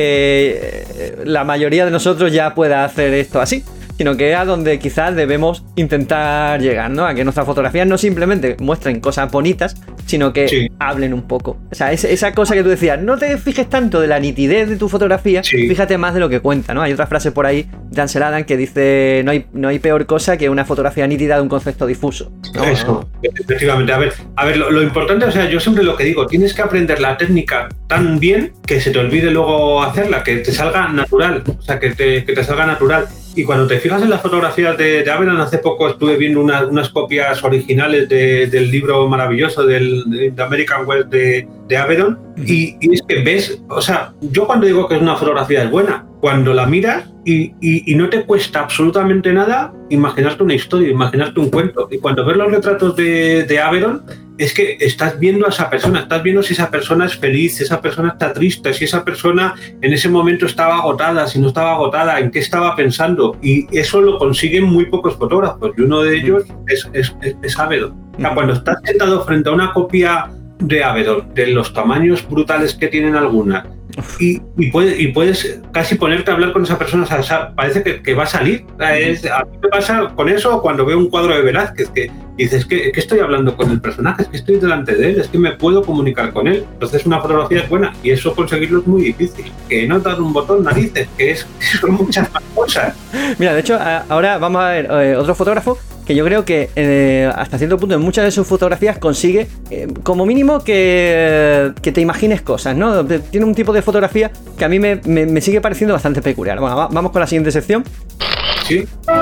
porque la mayoría de nosotros ya pueda hacer esto así, sino que es a donde quizás debemos intentar llegar, ¿no? A que nuestras fotografías no simplemente muestren cosas bonitas, sino que hablen un poco. O sea, esa cosa que tú decías, no te fijes tanto de la nitidez de tu fotografía, fíjate más de lo que cuenta, ¿no? Hay otra frase por ahí de Ansel Adams que dice, no hay peor cosa que una fotografía nítida de un concepto difuso, ¿no? Eso, efectivamente. A ver, lo importante, o sea, yo siempre lo que digo, tienes que aprender la técnica tan bien que se te olvide luego hacerla, que te salga natural, o sea, que te salga natural. Y cuando te fijas en las fotografías de Avedon, hace poco estuve viendo unas copias originales del libro maravilloso de American West de Avedon, y es que ves, o sea, yo cuando digo que una fotografía es buena, cuando la miras y no te cuesta absolutamente nada imaginarte una historia, imaginarte un cuento. Y cuando ves los retratos de Avedon, es que estás viendo a esa persona, estás viendo si esa persona es feliz, si esa persona está triste, si esa persona en ese momento estaba agotada, si no estaba agotada, en qué estaba pensando. Y eso lo consiguen muy pocos fotógrafos, y uno de ellos es Avedon. O sea, cuando estás sentado frente a una copia de Avedon, de los tamaños brutales que tienen algunas, y puedes casi ponerte a hablar con esa persona, o sea, parece que va a salir. A mí me pasa con eso cuando veo un cuadro de Velázquez, que dices, que estoy hablando con el personaje, es que estoy delante de él, es que me puedo comunicar con él. Entonces una fotografía es buena, y eso conseguirlo es muy difícil. Que no dar un botón, narices, que son muchas más cosas. Mira, de hecho, ahora vamos a ver otro fotógrafo que yo creo que hasta cierto punto en muchas de sus fotografías consigue como mínimo que te imagines cosas, ¿no? Tiene un tipo de fotografía que a mí me sigue pareciendo bastante peculiar. Bueno, vamos con la siguiente sección. Sí.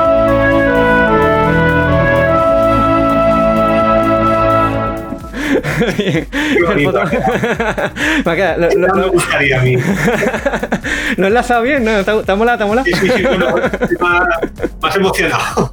Me gustaría a mí. ¿No he enlazado bien? ¿No? ¿Está molada? Sí, bueno, más emocionado.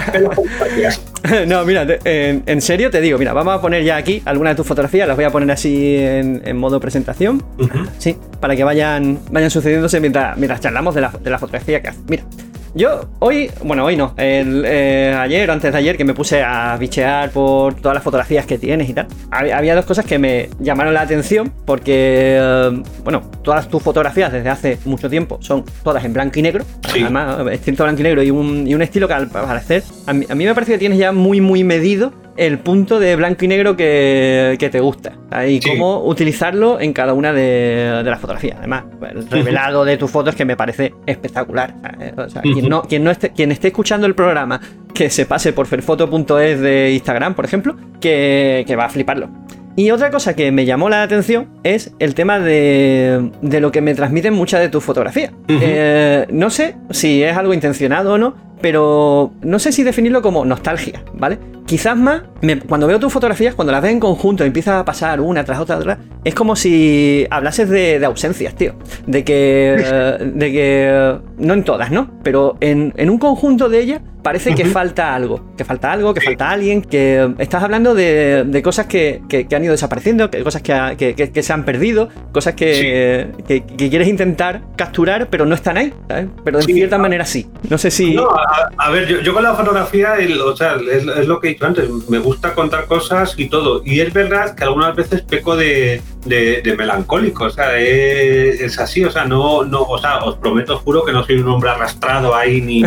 No, mira, en serio te digo, mira, vamos a poner ya aquí algunas de tus fotografías, las voy a poner así en modo presentación, sí, para que vayan sucediéndose mientras charlamos de la fotografía que hace. Mira, yo hoy no, ayer o antes de ayer que me puse a bichear por todas las fotografías que tienes y tal, había dos cosas que me llamaron la atención porque, todas tus fotografías desde hace mucho tiempo son todas en blanco y negro, además estricto blanco y negro y un estilo que al parecer, a mí me parece que tienes ya muy muy medido el punto de blanco y negro que te gusta y cómo utilizarlo en cada una de las fotografías. Además, el revelado de tus fotos que me parece espectacular. O sea, quien esté escuchando el programa que se pase por ferfoto.es de Instagram, por ejemplo, que va a fliparlo. Y otra cosa que me llamó la atención es el tema de lo que me transmiten muchas de tus fotografías. No sé si es algo intencionado o no, pero no sé si definirlo como nostalgia, ¿vale? Quizás más, cuando veo tus fotografías, cuando las ves en conjunto y empiezas a pasar una tras otra, es como si hablases de ausencias, tío. De que no en todas, ¿no? Pero en un conjunto de ellas parece que falta algo, que falta alguien, que estás hablando de cosas que han ido desapareciendo, que cosas que se han perdido, cosas que quieres intentar capturar, pero no están ahí, ¿sabes? Pero de cierta manera sí. No sé si... No, a ver, yo con la fotografía, es lo que he dicho antes, me gusta contar cosas y todo. Y es verdad que algunas veces peco de de melancólico, o sea, es así, o sea, no, o sea, os prometo, os juro que no soy un hombre arrastrado ahí ni...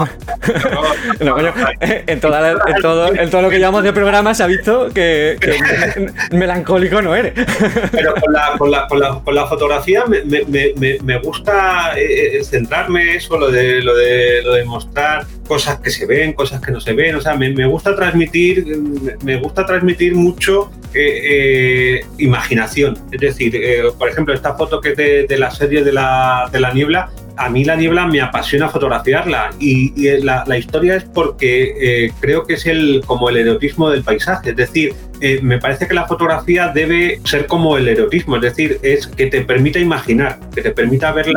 En todo lo que llevamos de programa se ha visto que melancólico no eres. Pero con la fotografía me gusta centrarme eso, lo de mostrar cosas que se ven, cosas que no se ven, o sea, me gusta transmitir mucho imaginación. Es decir, por ejemplo, esta foto que es de la serie de la niebla, a mí la niebla me apasiona fotografiarla y la historia es porque creo que es como el erotismo del paisaje, es decir, me parece que la fotografía debe ser como el erotismo, es decir, es que te permita imaginar, que te permita ver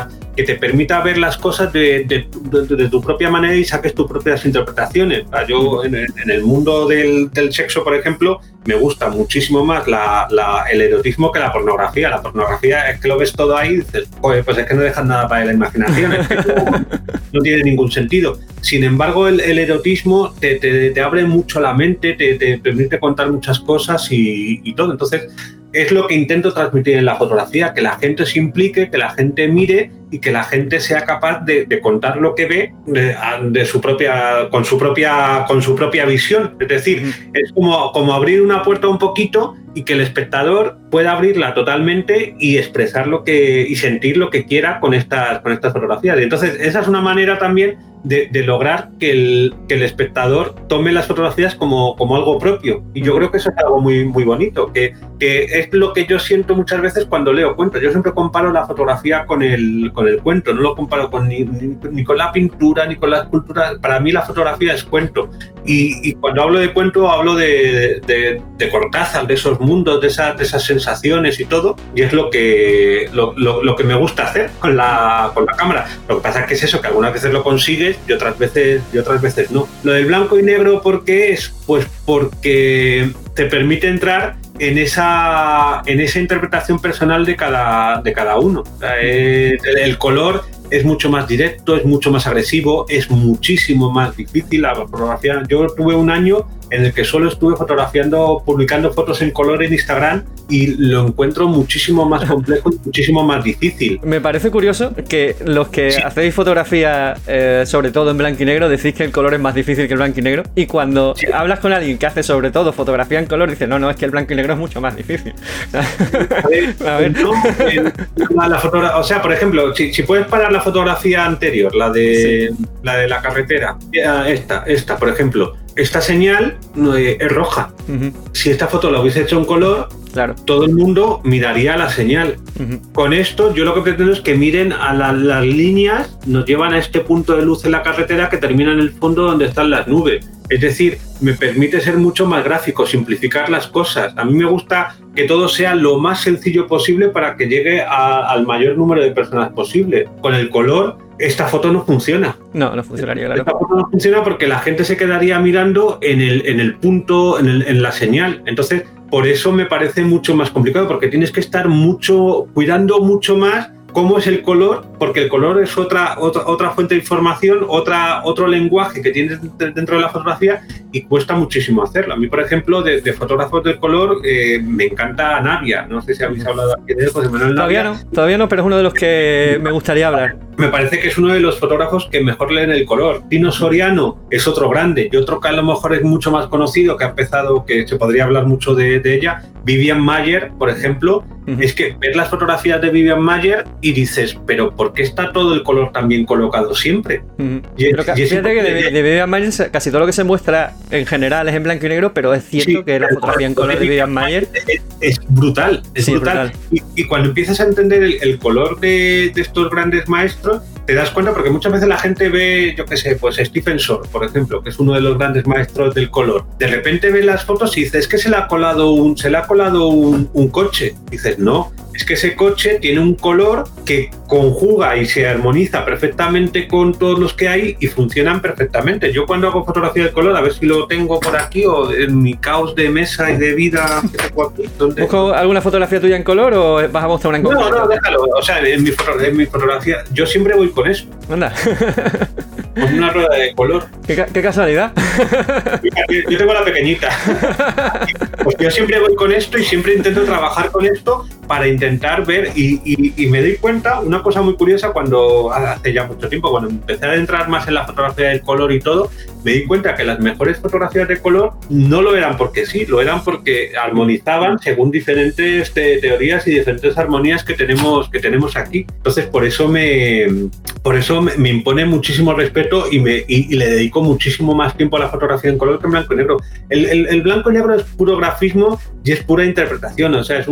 las cosas de tu propia manera y saques tus propias interpretaciones. Yo en el mundo del sexo, por ejemplo, me gusta muchísimo más el erotismo que la pornografía. La pornografía es que lo ves todo ahí y dices, pues es que no dejas nada para la imaginación, es que no tiene ningún sentido. Sin embargo, el erotismo te abre mucho la mente, te permite contar muchas cosas y todo. Entonces, es lo que intento transmitir en la fotografía, que la gente se implique, que la gente mire y que la gente sea capaz de contar lo que ve con su propia visión. Es decir, es como abrir una puerta un poquito y que el espectador pueda abrirla totalmente y expresar y sentir lo que quiera con estas fotografías. Entonces, esa es una manera también de lograr que el espectador tome las fotografías como algo propio. Y yo creo que eso es algo muy, muy bonito, que es lo que yo siento muchas veces cuando leo cuentos. Yo siempre comparo la fotografía con el cuento, no lo comparo ni con la pintura ni con la escultura. Para mí la fotografía es cuento. Y cuando hablo de cuento hablo de Cortázar, de esos mundos, de esas sensaciones y todo, y es lo que me gusta hacer con la cámara. Lo que pasa es que es eso, que algunas veces lo consigues y otras veces no. Lo del blanco y negro, ¿por qué es? Pues porque te permite entrar en esa interpretación personal de cada uno. O sea, el color es mucho más directo, es mucho más agresivo, es muchísimo más difícil la fotografía. Yo tuve un año en el que solo estuve publicando fotos en color en Instagram y lo encuentro muchísimo más complejo y muchísimo más difícil. Me parece curioso que los que hacéis fotografía, sobre todo en blanco y negro, decís que el color es más difícil que el blanco y negro, y cuando hablas con alguien que hace sobre todo fotografía en color, dice, no, es que el blanco y negro es mucho más difícil. A ver. O sea, por ejemplo, si puedes parar la fotografía anterior, la de la carretera, esta, por ejemplo, esta señal es roja. Uh-huh. Si esta foto la hubiese hecho en color, claro, todo el mundo miraría la señal. Uh-huh. Con esto, yo lo que pretendo es que miren a las líneas, nos llevan a este punto de luz en la carretera que termina en el fondo donde están las nubes. Es decir, me permite ser mucho más gráfico, simplificar las cosas. A mí me gusta que todo sea lo más sencillo posible para que llegue al mayor número de personas posible. Con el color, esta foto no funciona. No funcionaría, claro. Esta foto no funciona porque la gente se quedaría mirando en el punto, en la señal. Entonces, por eso me parece mucho más complicado, porque tienes que estar cuidando mucho más cómo es el color, porque el color es otra fuente de información, otro lenguaje que tienes dentro de la fotografía y cuesta muchísimo hacerlo. A mí, por ejemplo, de fotógrafos del color, me encanta Navia. No sé si habéis hablado aquí de él, José Manuel Navia. Todavía no, pero es uno de los que me gustaría hablar. Me parece que es uno de los fotógrafos que mejor leen el color. Tino Soriano es otro grande, y otro que a lo mejor es mucho más conocido, que ha empezado, que se podría hablar mucho de ella, Vivian Maier, por ejemplo. Uh-huh. Es que ves las fotografías de Vivian Maier y dices, pero ¿por qué está todo el color tan bien colocado siempre? Uh-huh. Fíjate que de Vivian Maier casi todo lo que se muestra en general es en blanco y negro, pero es cierto que la fotografía en color de Vivian Maier es brutal. Es brutal. Y cuando empiezas a entender el color de estos grandes maestros, te das cuenta, porque muchas veces la gente ve, yo qué sé, pues Stephen Shore, por ejemplo, que es uno de los grandes maestros del color. De repente ve las fotos y dices, es que se le ha colado un coche. Dices, no, es que ese coche tiene un color que conjuga y se armoniza perfectamente con todos los que hay y funcionan perfectamente. Yo cuando hago fotografía de color, a ver si lo tengo por aquí o en mi caos de mesa y de vida que tengo aquí. ¿Busco alguna fotografía tuya en color o vas a mostrar una en concreto? No, déjalo. O sea, en mi fotografía, yo siempre voy con eso. Anda. con una rueda de color. ¿Qué casualidad? Yo tengo la pequeñita. Pues yo siempre voy con esto y siempre intento trabajar con esto para intentar ver y me doy cuenta, una cosa muy curiosa, cuando hace ya mucho tiempo, cuando empecé a entrar más en la fotografía del color y todo, me di cuenta que las mejores fotografías de color no lo eran porque sí, lo eran porque armonizaban según diferentes teorías y diferentes armonías que tenemos aquí. Entonces por eso me impone muchísimo respeto y le dedico muchísimo más tiempo a la fotografía en color que en blanco y negro. El blanco y negro es puro grafismo y es pura interpretación, o sea, es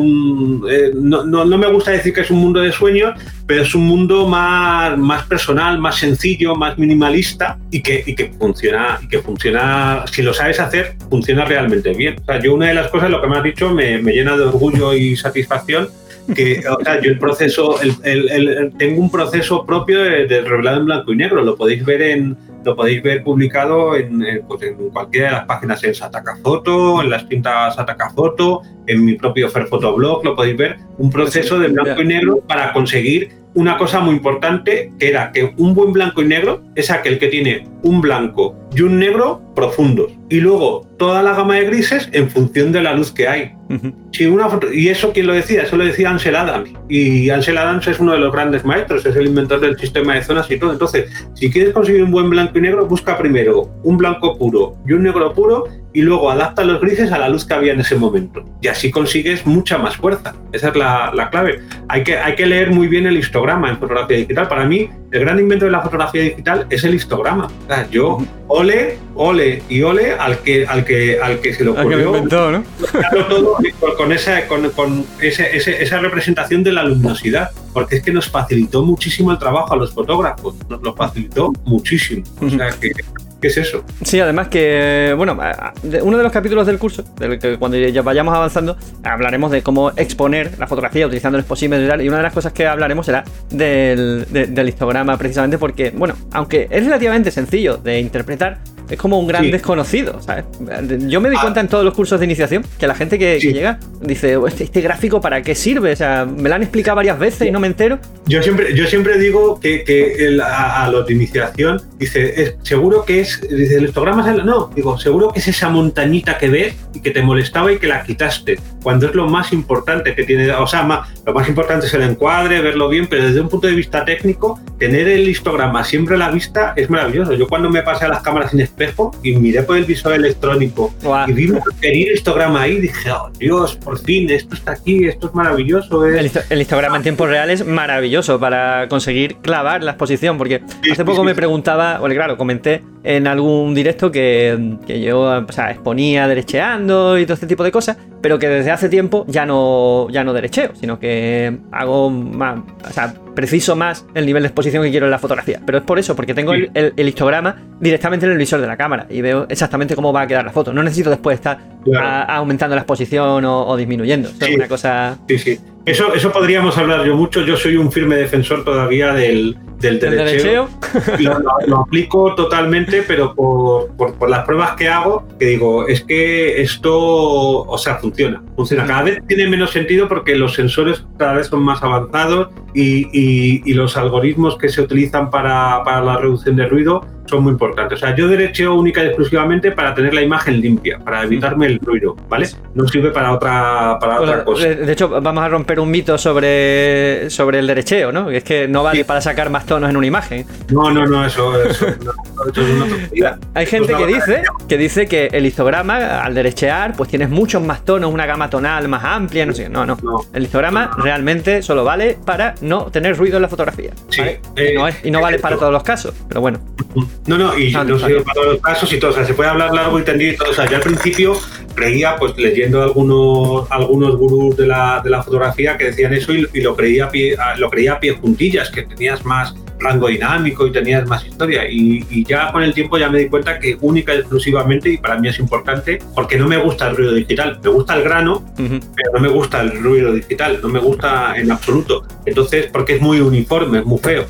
no me gusta decir que es un mundo de sueños, pero es un mundo más personal, más sencillo, más minimalista y que funciona, si lo sabes hacer, funciona realmente bien. O sea, yo una de las cosas, lo que me has dicho, me llena de orgullo y satisfacción, que, o sea, yo el proceso, tengo un proceso propio de revelado en blanco y negro, lo podéis ver publicado en cualquiera de las páginas, en Satacafoto, en las tintas Satacafoto, en mi propio Fairphotoblog, lo podéis ver, un proceso de blanco y negro para conseguir una cosa muy importante, que era que un buen blanco y negro es aquel que tiene un blanco y un negro profundos, y luego toda la gama de grises en función de la luz que hay. Y eso, ¿quién lo decía? Eso lo decía Ansel Adams, y Ansel Adams es uno de los grandes maestros, es el inventor del sistema de zonas y todo. Entonces, si quieres conseguir un buen blanco y negro, busca primero un blanco puro y un negro puro, y luego adapta los grises a la luz que había en ese momento, y así consigues mucha más fuerza. Esa es la clave. Hay que leer muy bien el histograma en fotografía digital. Para mí, el gran invento de la fotografía digital es el histograma. O sea, yo, ole al que se le ocurrió. Al que lo inventó, ¿no? Todo con esa representación de la luminosidad, porque es que nos facilitó muchísimo el trabajo a los fotógrafos, nos lo facilitó muchísimo. O sea, ¿qué es eso? Sí, además que, bueno, uno de los capítulos del curso, del que cuando ya vayamos avanzando, hablaremos de cómo exponer la fotografía utilizando el exposímetro y tal, y una de las cosas que hablaremos será del histograma, precisamente porque, bueno, aunque es relativamente sencillo de interpretar, es como un gran desconocido, ¿sabes? Yo me di cuenta en todos los cursos de iniciación que la gente que llega dice, este gráfico ¿para qué sirve? O sea, me lo han explicado varias veces y no me entero. Yo siempre digo que a los de iniciación, dice, seguro que es, dice, el histograma es seguro que es esa montañita que ves y que te molestaba y que la quitaste, cuando es lo más importante que tiene. O sea, lo más importante es el encuadre, verlo bien, pero desde un punto de vista técnico, tener el histograma siempre a la vista es maravilloso. Yo cuando me pasé a las cámaras sin espejo y miré por el visor electrónico y vi un querido histograma ahí, dije, oh Dios, por fin, esto está aquí, esto es maravilloso. El histograma en tiempo real es maravilloso para conseguir clavar la exposición, porque hace poco me preguntaba, bueno, claro, comenté en algún directo que yo, o sea, exponía derecheando y todo este tipo de cosas, pero que desde hace tiempo ya no derecheo, sino que hago más, o sea, preciso más el nivel de exposición que quiero en la fotografía. Pero es por eso, porque tengo el histograma directamente en el visor de la cámara y veo exactamente cómo va a quedar la foto. No necesito después estar aumentando la exposición o disminuyendo. Eso es una cosa... Sí. Eso podríamos hablar yo mucho. Yo soy un firme defensor todavía del derecheo. Lo aplico totalmente, pero por las pruebas que hago, que digo, es que esto, o sea, funciona. Cada vez tiene menos sentido porque los sensores cada vez son más avanzados y los algoritmos que se utilizan para la reducción de ruido son muy importantes. O sea, yo derecheo única y exclusivamente para tener la imagen limpia, para evitarme el ruido, ¿vale? No sirve para otra cosa. De hecho, vamos a romper un mito sobre el derecheo, ¿no? Es que no vale para sacar más tonos en una imagen. No, eso es una tontería. Hay gente que dice que el histograma, al derechear, pues tienes muchos más tonos, una gama tonal más amplia, no sé. No. El histograma realmente solo vale para no tener ruido en la fotografía, ¿vale? Y no vale para todos los casos, pero bueno. No sirve para todos los casos y todo. O sea, se puede hablar largo y tendido y todo. O sea, yo al principio creía, pues leyendo algunos gurús de la fotografía que decían eso y lo creía a pie juntillas, que tenías más rango dinámico y tenías más historia, y ya con el tiempo ya me di cuenta que única y exclusivamente, y para mí es importante, porque no me gusta el ruido digital, me gusta el grano, pero no me gusta el ruido digital, no me gusta en absoluto. Entonces, porque es muy uniforme, es muy feo,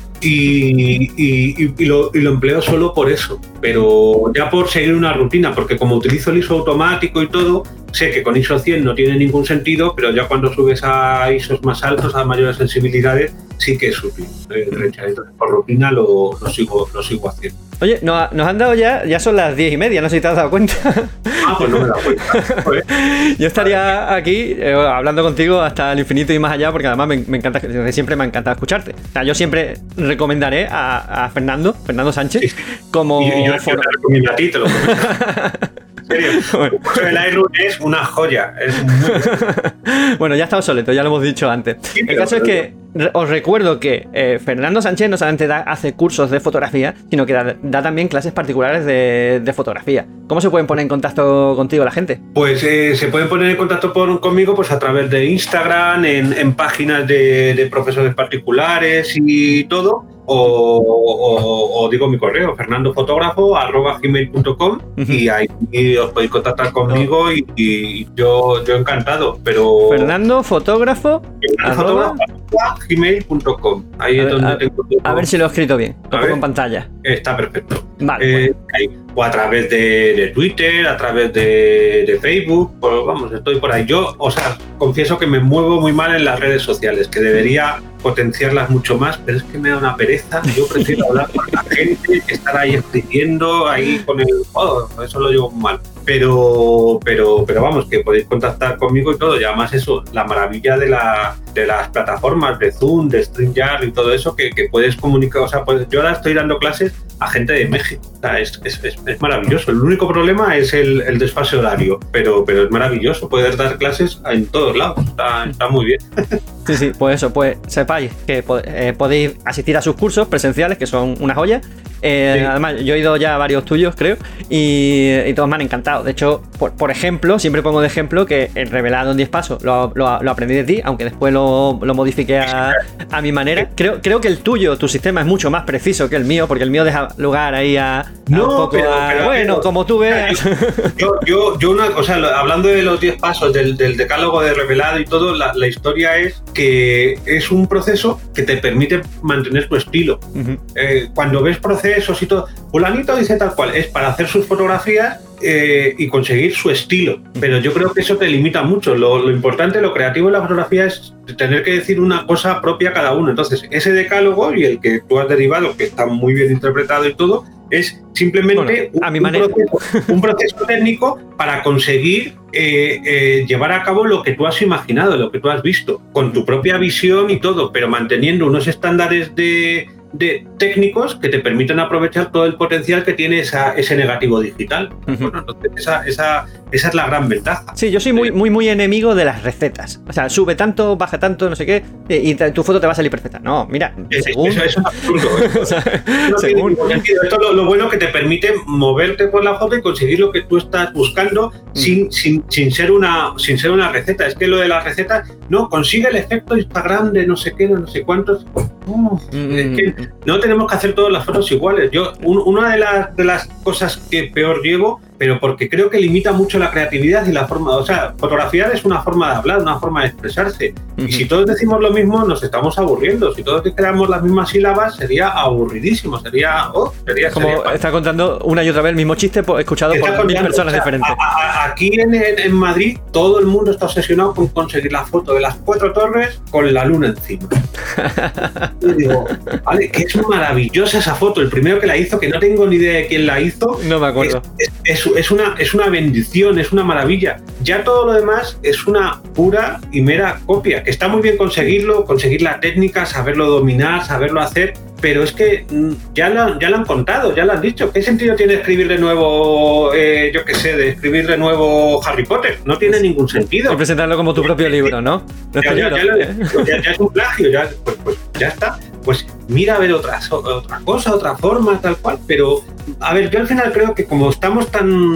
y lo empleo solo por eso, pero ya por seguir una rutina, porque como utilizo el ISO automático y todo, sé que con ISO 100 no tiene ningún sentido, pero ya cuando subes a ISOs más altos, a mayores sensibilidades, sí que es útil. Entonces, por rutina lo sigo haciendo. Oye, nos han dado ya son las 10:30, no sé si te has dado cuenta. Pues no me he dado cuenta. Yo estaría aquí hablando contigo hasta el infinito y más allá, porque además me encanta, desde siempre me ha encantado escucharte. O sea, yo siempre recomendaré a Fernando Sánchez, sí. como... Yo te recomiendo a ti, te lo prometo. En serio, el Lightroom es una joya. Bueno, ya está obsoleto, ya lo hemos dicho antes. Sí, el caso es que os recuerdo que Fernando Sánchez no solamente hace cursos de fotografía, sino que da también clases particulares de fotografía. ¿Cómo se pueden poner en contacto contigo la gente? Pues se pueden poner en contacto conmigo pues a través de Instagram, en páginas de profesores particulares y todo. O digo mi correo, fernandofotógrafo@gmail.com, y ahí os podéis contactar conmigo y yo encantado. Pero fernandofotógrafo@gmail.com. Ahí es donde tengo todo. A ver si lo he escrito bien, lo pongo en pantalla. Está perfecto. Vale. O a través de Twitter, a través de Facebook, pues vamos, estoy por ahí. Yo, confieso que me muevo muy mal en las redes sociales, que debería potenciarlas mucho más, pero es que me da una pereza. Yo prefiero hablar con la gente, estar ahí escribiendo, ahí con el... eso lo llevo mal. Pero vamos, que podéis contactar conmigo y todo. Y además eso, la maravilla de las plataformas de Zoom, de StreamYard y todo eso, que puedes comunicar. Yo ahora estoy dando clases a gente de México. Es maravilloso. El único problema es el desfase horario, pero es maravilloso poder dar clases en todos lados. Está muy bien. Sí, pues eso, pues sepáis que podéis asistir a sus cursos presenciales, que son una joya. Sí. Además, yo he ido ya a varios tuyos, creo, y todos me han encantado. De hecho, por ejemplo, siempre pongo de ejemplo que el revelado en 10 pasos lo aprendí de ti, aunque después lo modifiqué a mi manera. Creo que tu sistema es mucho más preciso que el mío, porque el mío deja lugar ahí a un poco pero, como tú veas. Hablando de los 10 pasos del decálogo de revelado y todo, la historia es que es un proceso que te permite mantener tu estilo. Uh-huh. Cuando ves procesos y todo, fulanito dice tal cual, es para hacer sus fotografías y conseguir su estilo, pero yo creo que eso te limita mucho. Lo importante, lo creativo en la fotografía es tener que decir una cosa propia cada uno. Entonces, ese decálogo y el que tú has derivado, que está muy bien interpretado y todo, es simplemente un proceso técnico para conseguir llevar a cabo lo que tú has imaginado, lo que tú has visto, con tu propia visión y todo, pero manteniendo unos estándares de técnicos que te permitan aprovechar todo el potencial que tiene ese negativo digital. Uh-huh. Bueno, entonces esa es la gran ventaja. Sí, yo soy muy enemigo de las recetas. O sea, sube tanto, baja tanto, no sé qué, y tu foto te va a salir perfecta. No, mira, según... Eso es absurdo. Según... Esto es lo bueno, que te permite moverte por la foto y conseguir lo que tú estás buscando sin ser una receta. Es que lo de las recetas, no, consigue el efecto Instagram de no sé qué, de no sé cuántos. Es que no tenemos que hacer todas las fotos iguales. Una de las cosas que peor llevo, pero porque creo que limita mucho la creatividad y la forma, fotografiar es una forma de hablar, una forma de expresarse. Uh-huh. Y si todos decimos lo mismo, nos estamos aburriendo. Si todos creamos las mismas sílabas, sería aburridísimo, sería como está contando una y otra vez el mismo chiste escuchado por 1000 personas diferentes. Aquí en Madrid todo el mundo está obsesionado con conseguir la foto de las 4 torres con la luna encima. Y digo, vale, que es maravillosa esa foto. El primero que la hizo, que no tengo ni idea de quién la hizo, no me acuerdo. Es una bendición, es una maravilla. Ya todo lo demás es una pura y mera copia, que está muy bien conseguir la técnica, saberlo dominar, saberlo hacer, pero es que ya lo han contado, ya lo han dicho. ¿Qué sentido tiene escribir de nuevo, escribir de nuevo Harry Potter? No tiene ningún sentido. Y presentarlo como tu propio libro, ¿no? Ya es un plagio, pues ya está. Pues mira a ver otra cosa, otra forma, tal cual. Pero, a ver, yo al final creo que como estamos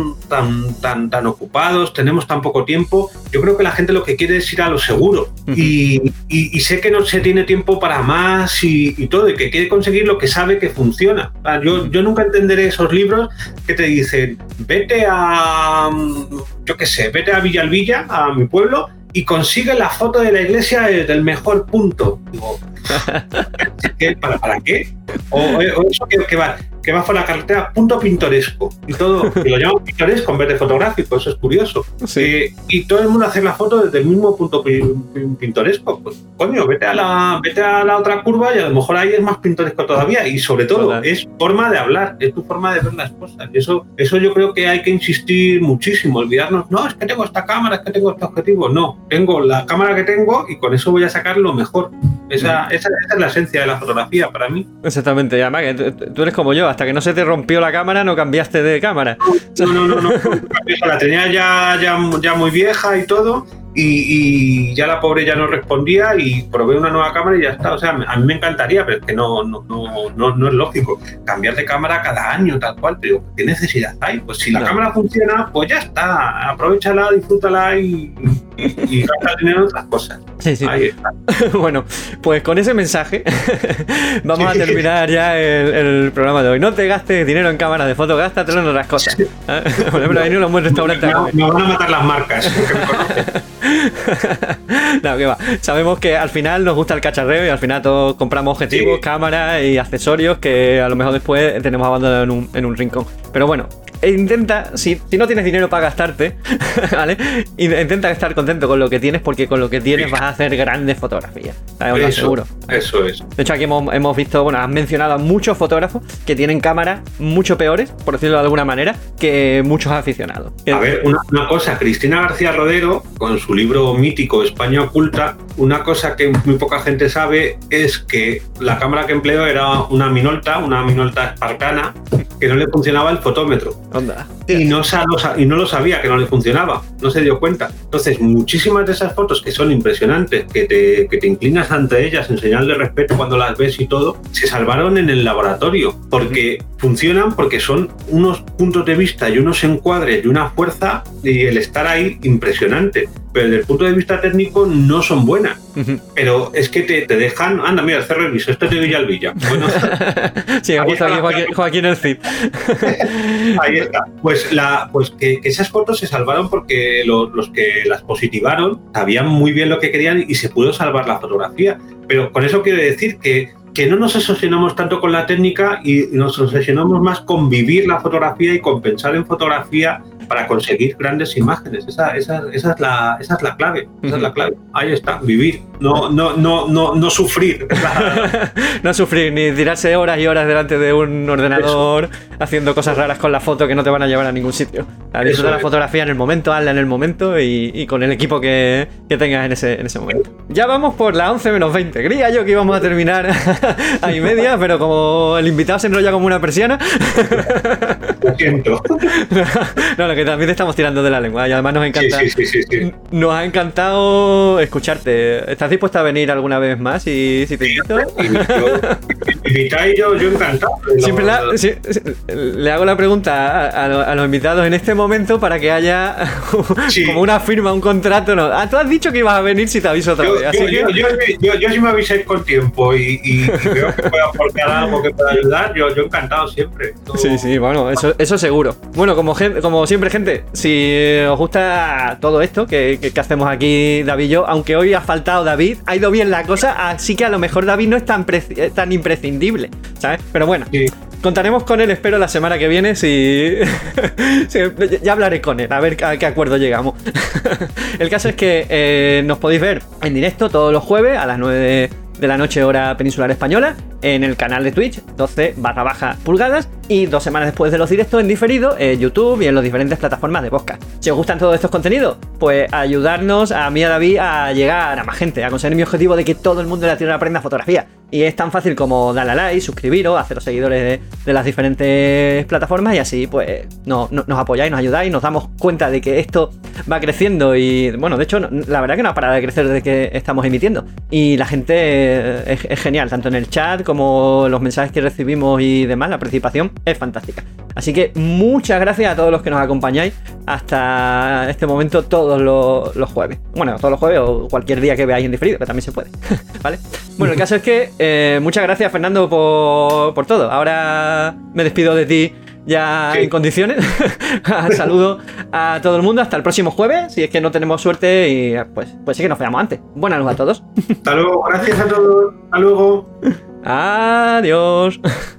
tan ocupados, tenemos tan poco tiempo, yo creo que la gente lo que quiere es ir a lo seguro. Uh-huh. Y sé que no se tiene tiempo para más y todo, y que quiere conseguir lo que sabe que funciona. Yo nunca entenderé esos libros que te dicen, vete a Villalbilla, a mi pueblo, y consigue la foto de la iglesia desde el mejor punto. Digo, ¿para qué? O eso que va. que vas por la carretera, punto pintoresco. Y todo, y lo llaman pintoresco en vez de fotográfico, eso es curioso. Sí. Y todo el mundo hace la foto desde el mismo punto pintoresco. Pues coño, vete a la otra curva y a lo mejor ahí es más pintoresco todavía. Y sobre todo, es forma de hablar, es tu forma de ver las cosas. Y eso yo creo que hay que insistir muchísimo, olvidarnos, no, es que tengo esta cámara, es que tengo este objetivo. No, tengo la cámara que tengo y con eso voy a sacar lo mejor. Esa es la esencia de la fotografía para mí. Exactamente, y además que tú eres como yo, hasta que no se te rompió la cámara no cambiaste de cámara. No. La tenía ya muy vieja y todo, y ya la pobre ya no respondía y probé una nueva cámara y ya está. O sea, a mí me encantaría, pero es que no es lógico cambiar de cámara cada año, tal cual. Pero ¿qué necesidad hay? Pues si la cámara funciona, pues ya está. Aprovéchala, disfrútala y gasta dinero en otras cosas. Sí. Ahí está. Bueno, pues con ese mensaje vamos a terminar ya el programa de hoy. No te gastes dinero en cámaras de foto, gástatelo en otras cosas. Por ejemplo, hay unos buenos restaurantes. Me van a matar las marcas. No, que va. Sabemos que al final nos gusta el cacharreo y al final todos compramos objetivos, cámaras y accesorios que a lo mejor después tenemos abandonados en un rincón. Pero bueno, intenta, si no tienes dinero para gastarte, ¿vale? Intenta estar contento con lo que tienes, porque con lo que tienes vas a hacer grandes fotografías. Os lo aseguro. Eso es. De hecho, aquí hemos visto, bueno, has mencionado a muchos fotógrafos que tienen cámaras mucho peores, por decirlo de alguna manera, que muchos aficionados. A ver, una cosa, Cristina García Rodero, con su libro mítico España Oculta, una cosa que muy poca gente sabe es que la cámara que empleó era una Minolta espartana, que no le funcionaba el fotómetro. Onda. Y no lo sabía, que no le funcionaba, no se dio cuenta. Entonces, muchísimas de esas fotos que son impresionantes, que te inclinas ante ellas en señal de respeto cuando las ves y todo, se salvaron en el laboratorio, porque funcionan, porque son unos puntos de vista y unos encuadres y una fuerza y el estar ahí impresionante. Pero desde el punto de vista técnico no son buenas. Pero es que te dejan, anda, mira, el CRBIS, este te Villa el Villa. Bueno, sí, me gusta aquí Joaquín el Cid. Ahí está. Pues que esas fotos se salvaron porque los que las positivaron sabían muy bien lo que querían y se pudo salvar la fotografía. Pero con eso quiero decir que no nos obsesionamos tanto con la técnica y nos obsesionamos más con vivir la fotografía y con pensar en fotografía para conseguir grandes imágenes. Esa es la clave. Esa es la clave. Ahí está, vivir. No sufrir. No sufrir, ni tirarse horas y horas delante de un ordenador haciendo cosas raras con la foto que no te van a llevar a ningún sitio. Disfruta la fotografía en el momento, hazla en el momento y con el equipo que tengas en ese momento. Ya vamos por la 11 menos 20. Creía yo que íbamos a terminar a y media, pero como el invitado se enrolla como una persiana. Lo siento. No, que también te estamos tirando de la lengua y además nos encanta. Sí. Nos ha encantado escucharte. ¿Estás dispuesta a venir alguna vez más si te invito? Invitáis, yo encantado. Siempre le hago la pregunta a los invitados en este momento para que haya como una firma, un contrato. No. Tú has dicho que ibas a venir si te aviso otra vez. Yo si me avisáis con tiempo y veo que puedo aportar algo que pueda ayudar, yo encantado siempre. Sí, bueno, eso seguro. Bueno, como siempre, gente, si os gusta todo esto que hacemos aquí, David y yo, aunque hoy ha faltado David, ha ido bien la cosa, así que a lo mejor David no es tan imprescindible, ¿sabes? Pero bueno, contaremos con él, espero, la semana que viene, si ya hablaré con él, a ver a qué acuerdo llegamos. El caso es que nos podéis ver en directo todos los jueves a las 9 de la noche, hora peninsular española, en el canal de Twitch 12/pulgadas, y 2 semanas después de los directos en diferido en YouTube y en las diferentes plataformas de podcast. Si os gustan todos estos contenidos, pues ayudarnos a mí y a David a llegar a más gente, a conseguir mi objetivo de que todo el mundo de la Tierra aprenda fotografía. Y es tan fácil como darle a like, suscribiros, haceros seguidores de las diferentes plataformas, y así pues nos apoyáis, nos ayudáis, nos damos cuenta de que esto va creciendo. Y bueno, de hecho la verdad que no ha parado de crecer desde que estamos emitiendo, y la gente es genial, tanto en el chat como los mensajes que recibimos y demás. La participación es fantástica, así que muchas gracias a todos los que nos acompañáis hasta este momento todos los jueves. Bueno, todos los jueves o cualquier día que veáis en diferido, que también se puede. ¿Vale? Bueno, el caso es que muchas gracias, Fernando, por todo. Ahora me despido de ti ya en condiciones. Saludo a todo el mundo, hasta el próximo jueves, si es que no tenemos suerte, y pues sí que nos veamos antes. Buenas noches a todos. Hasta luego, gracias a todos. Hasta luego. Adiós.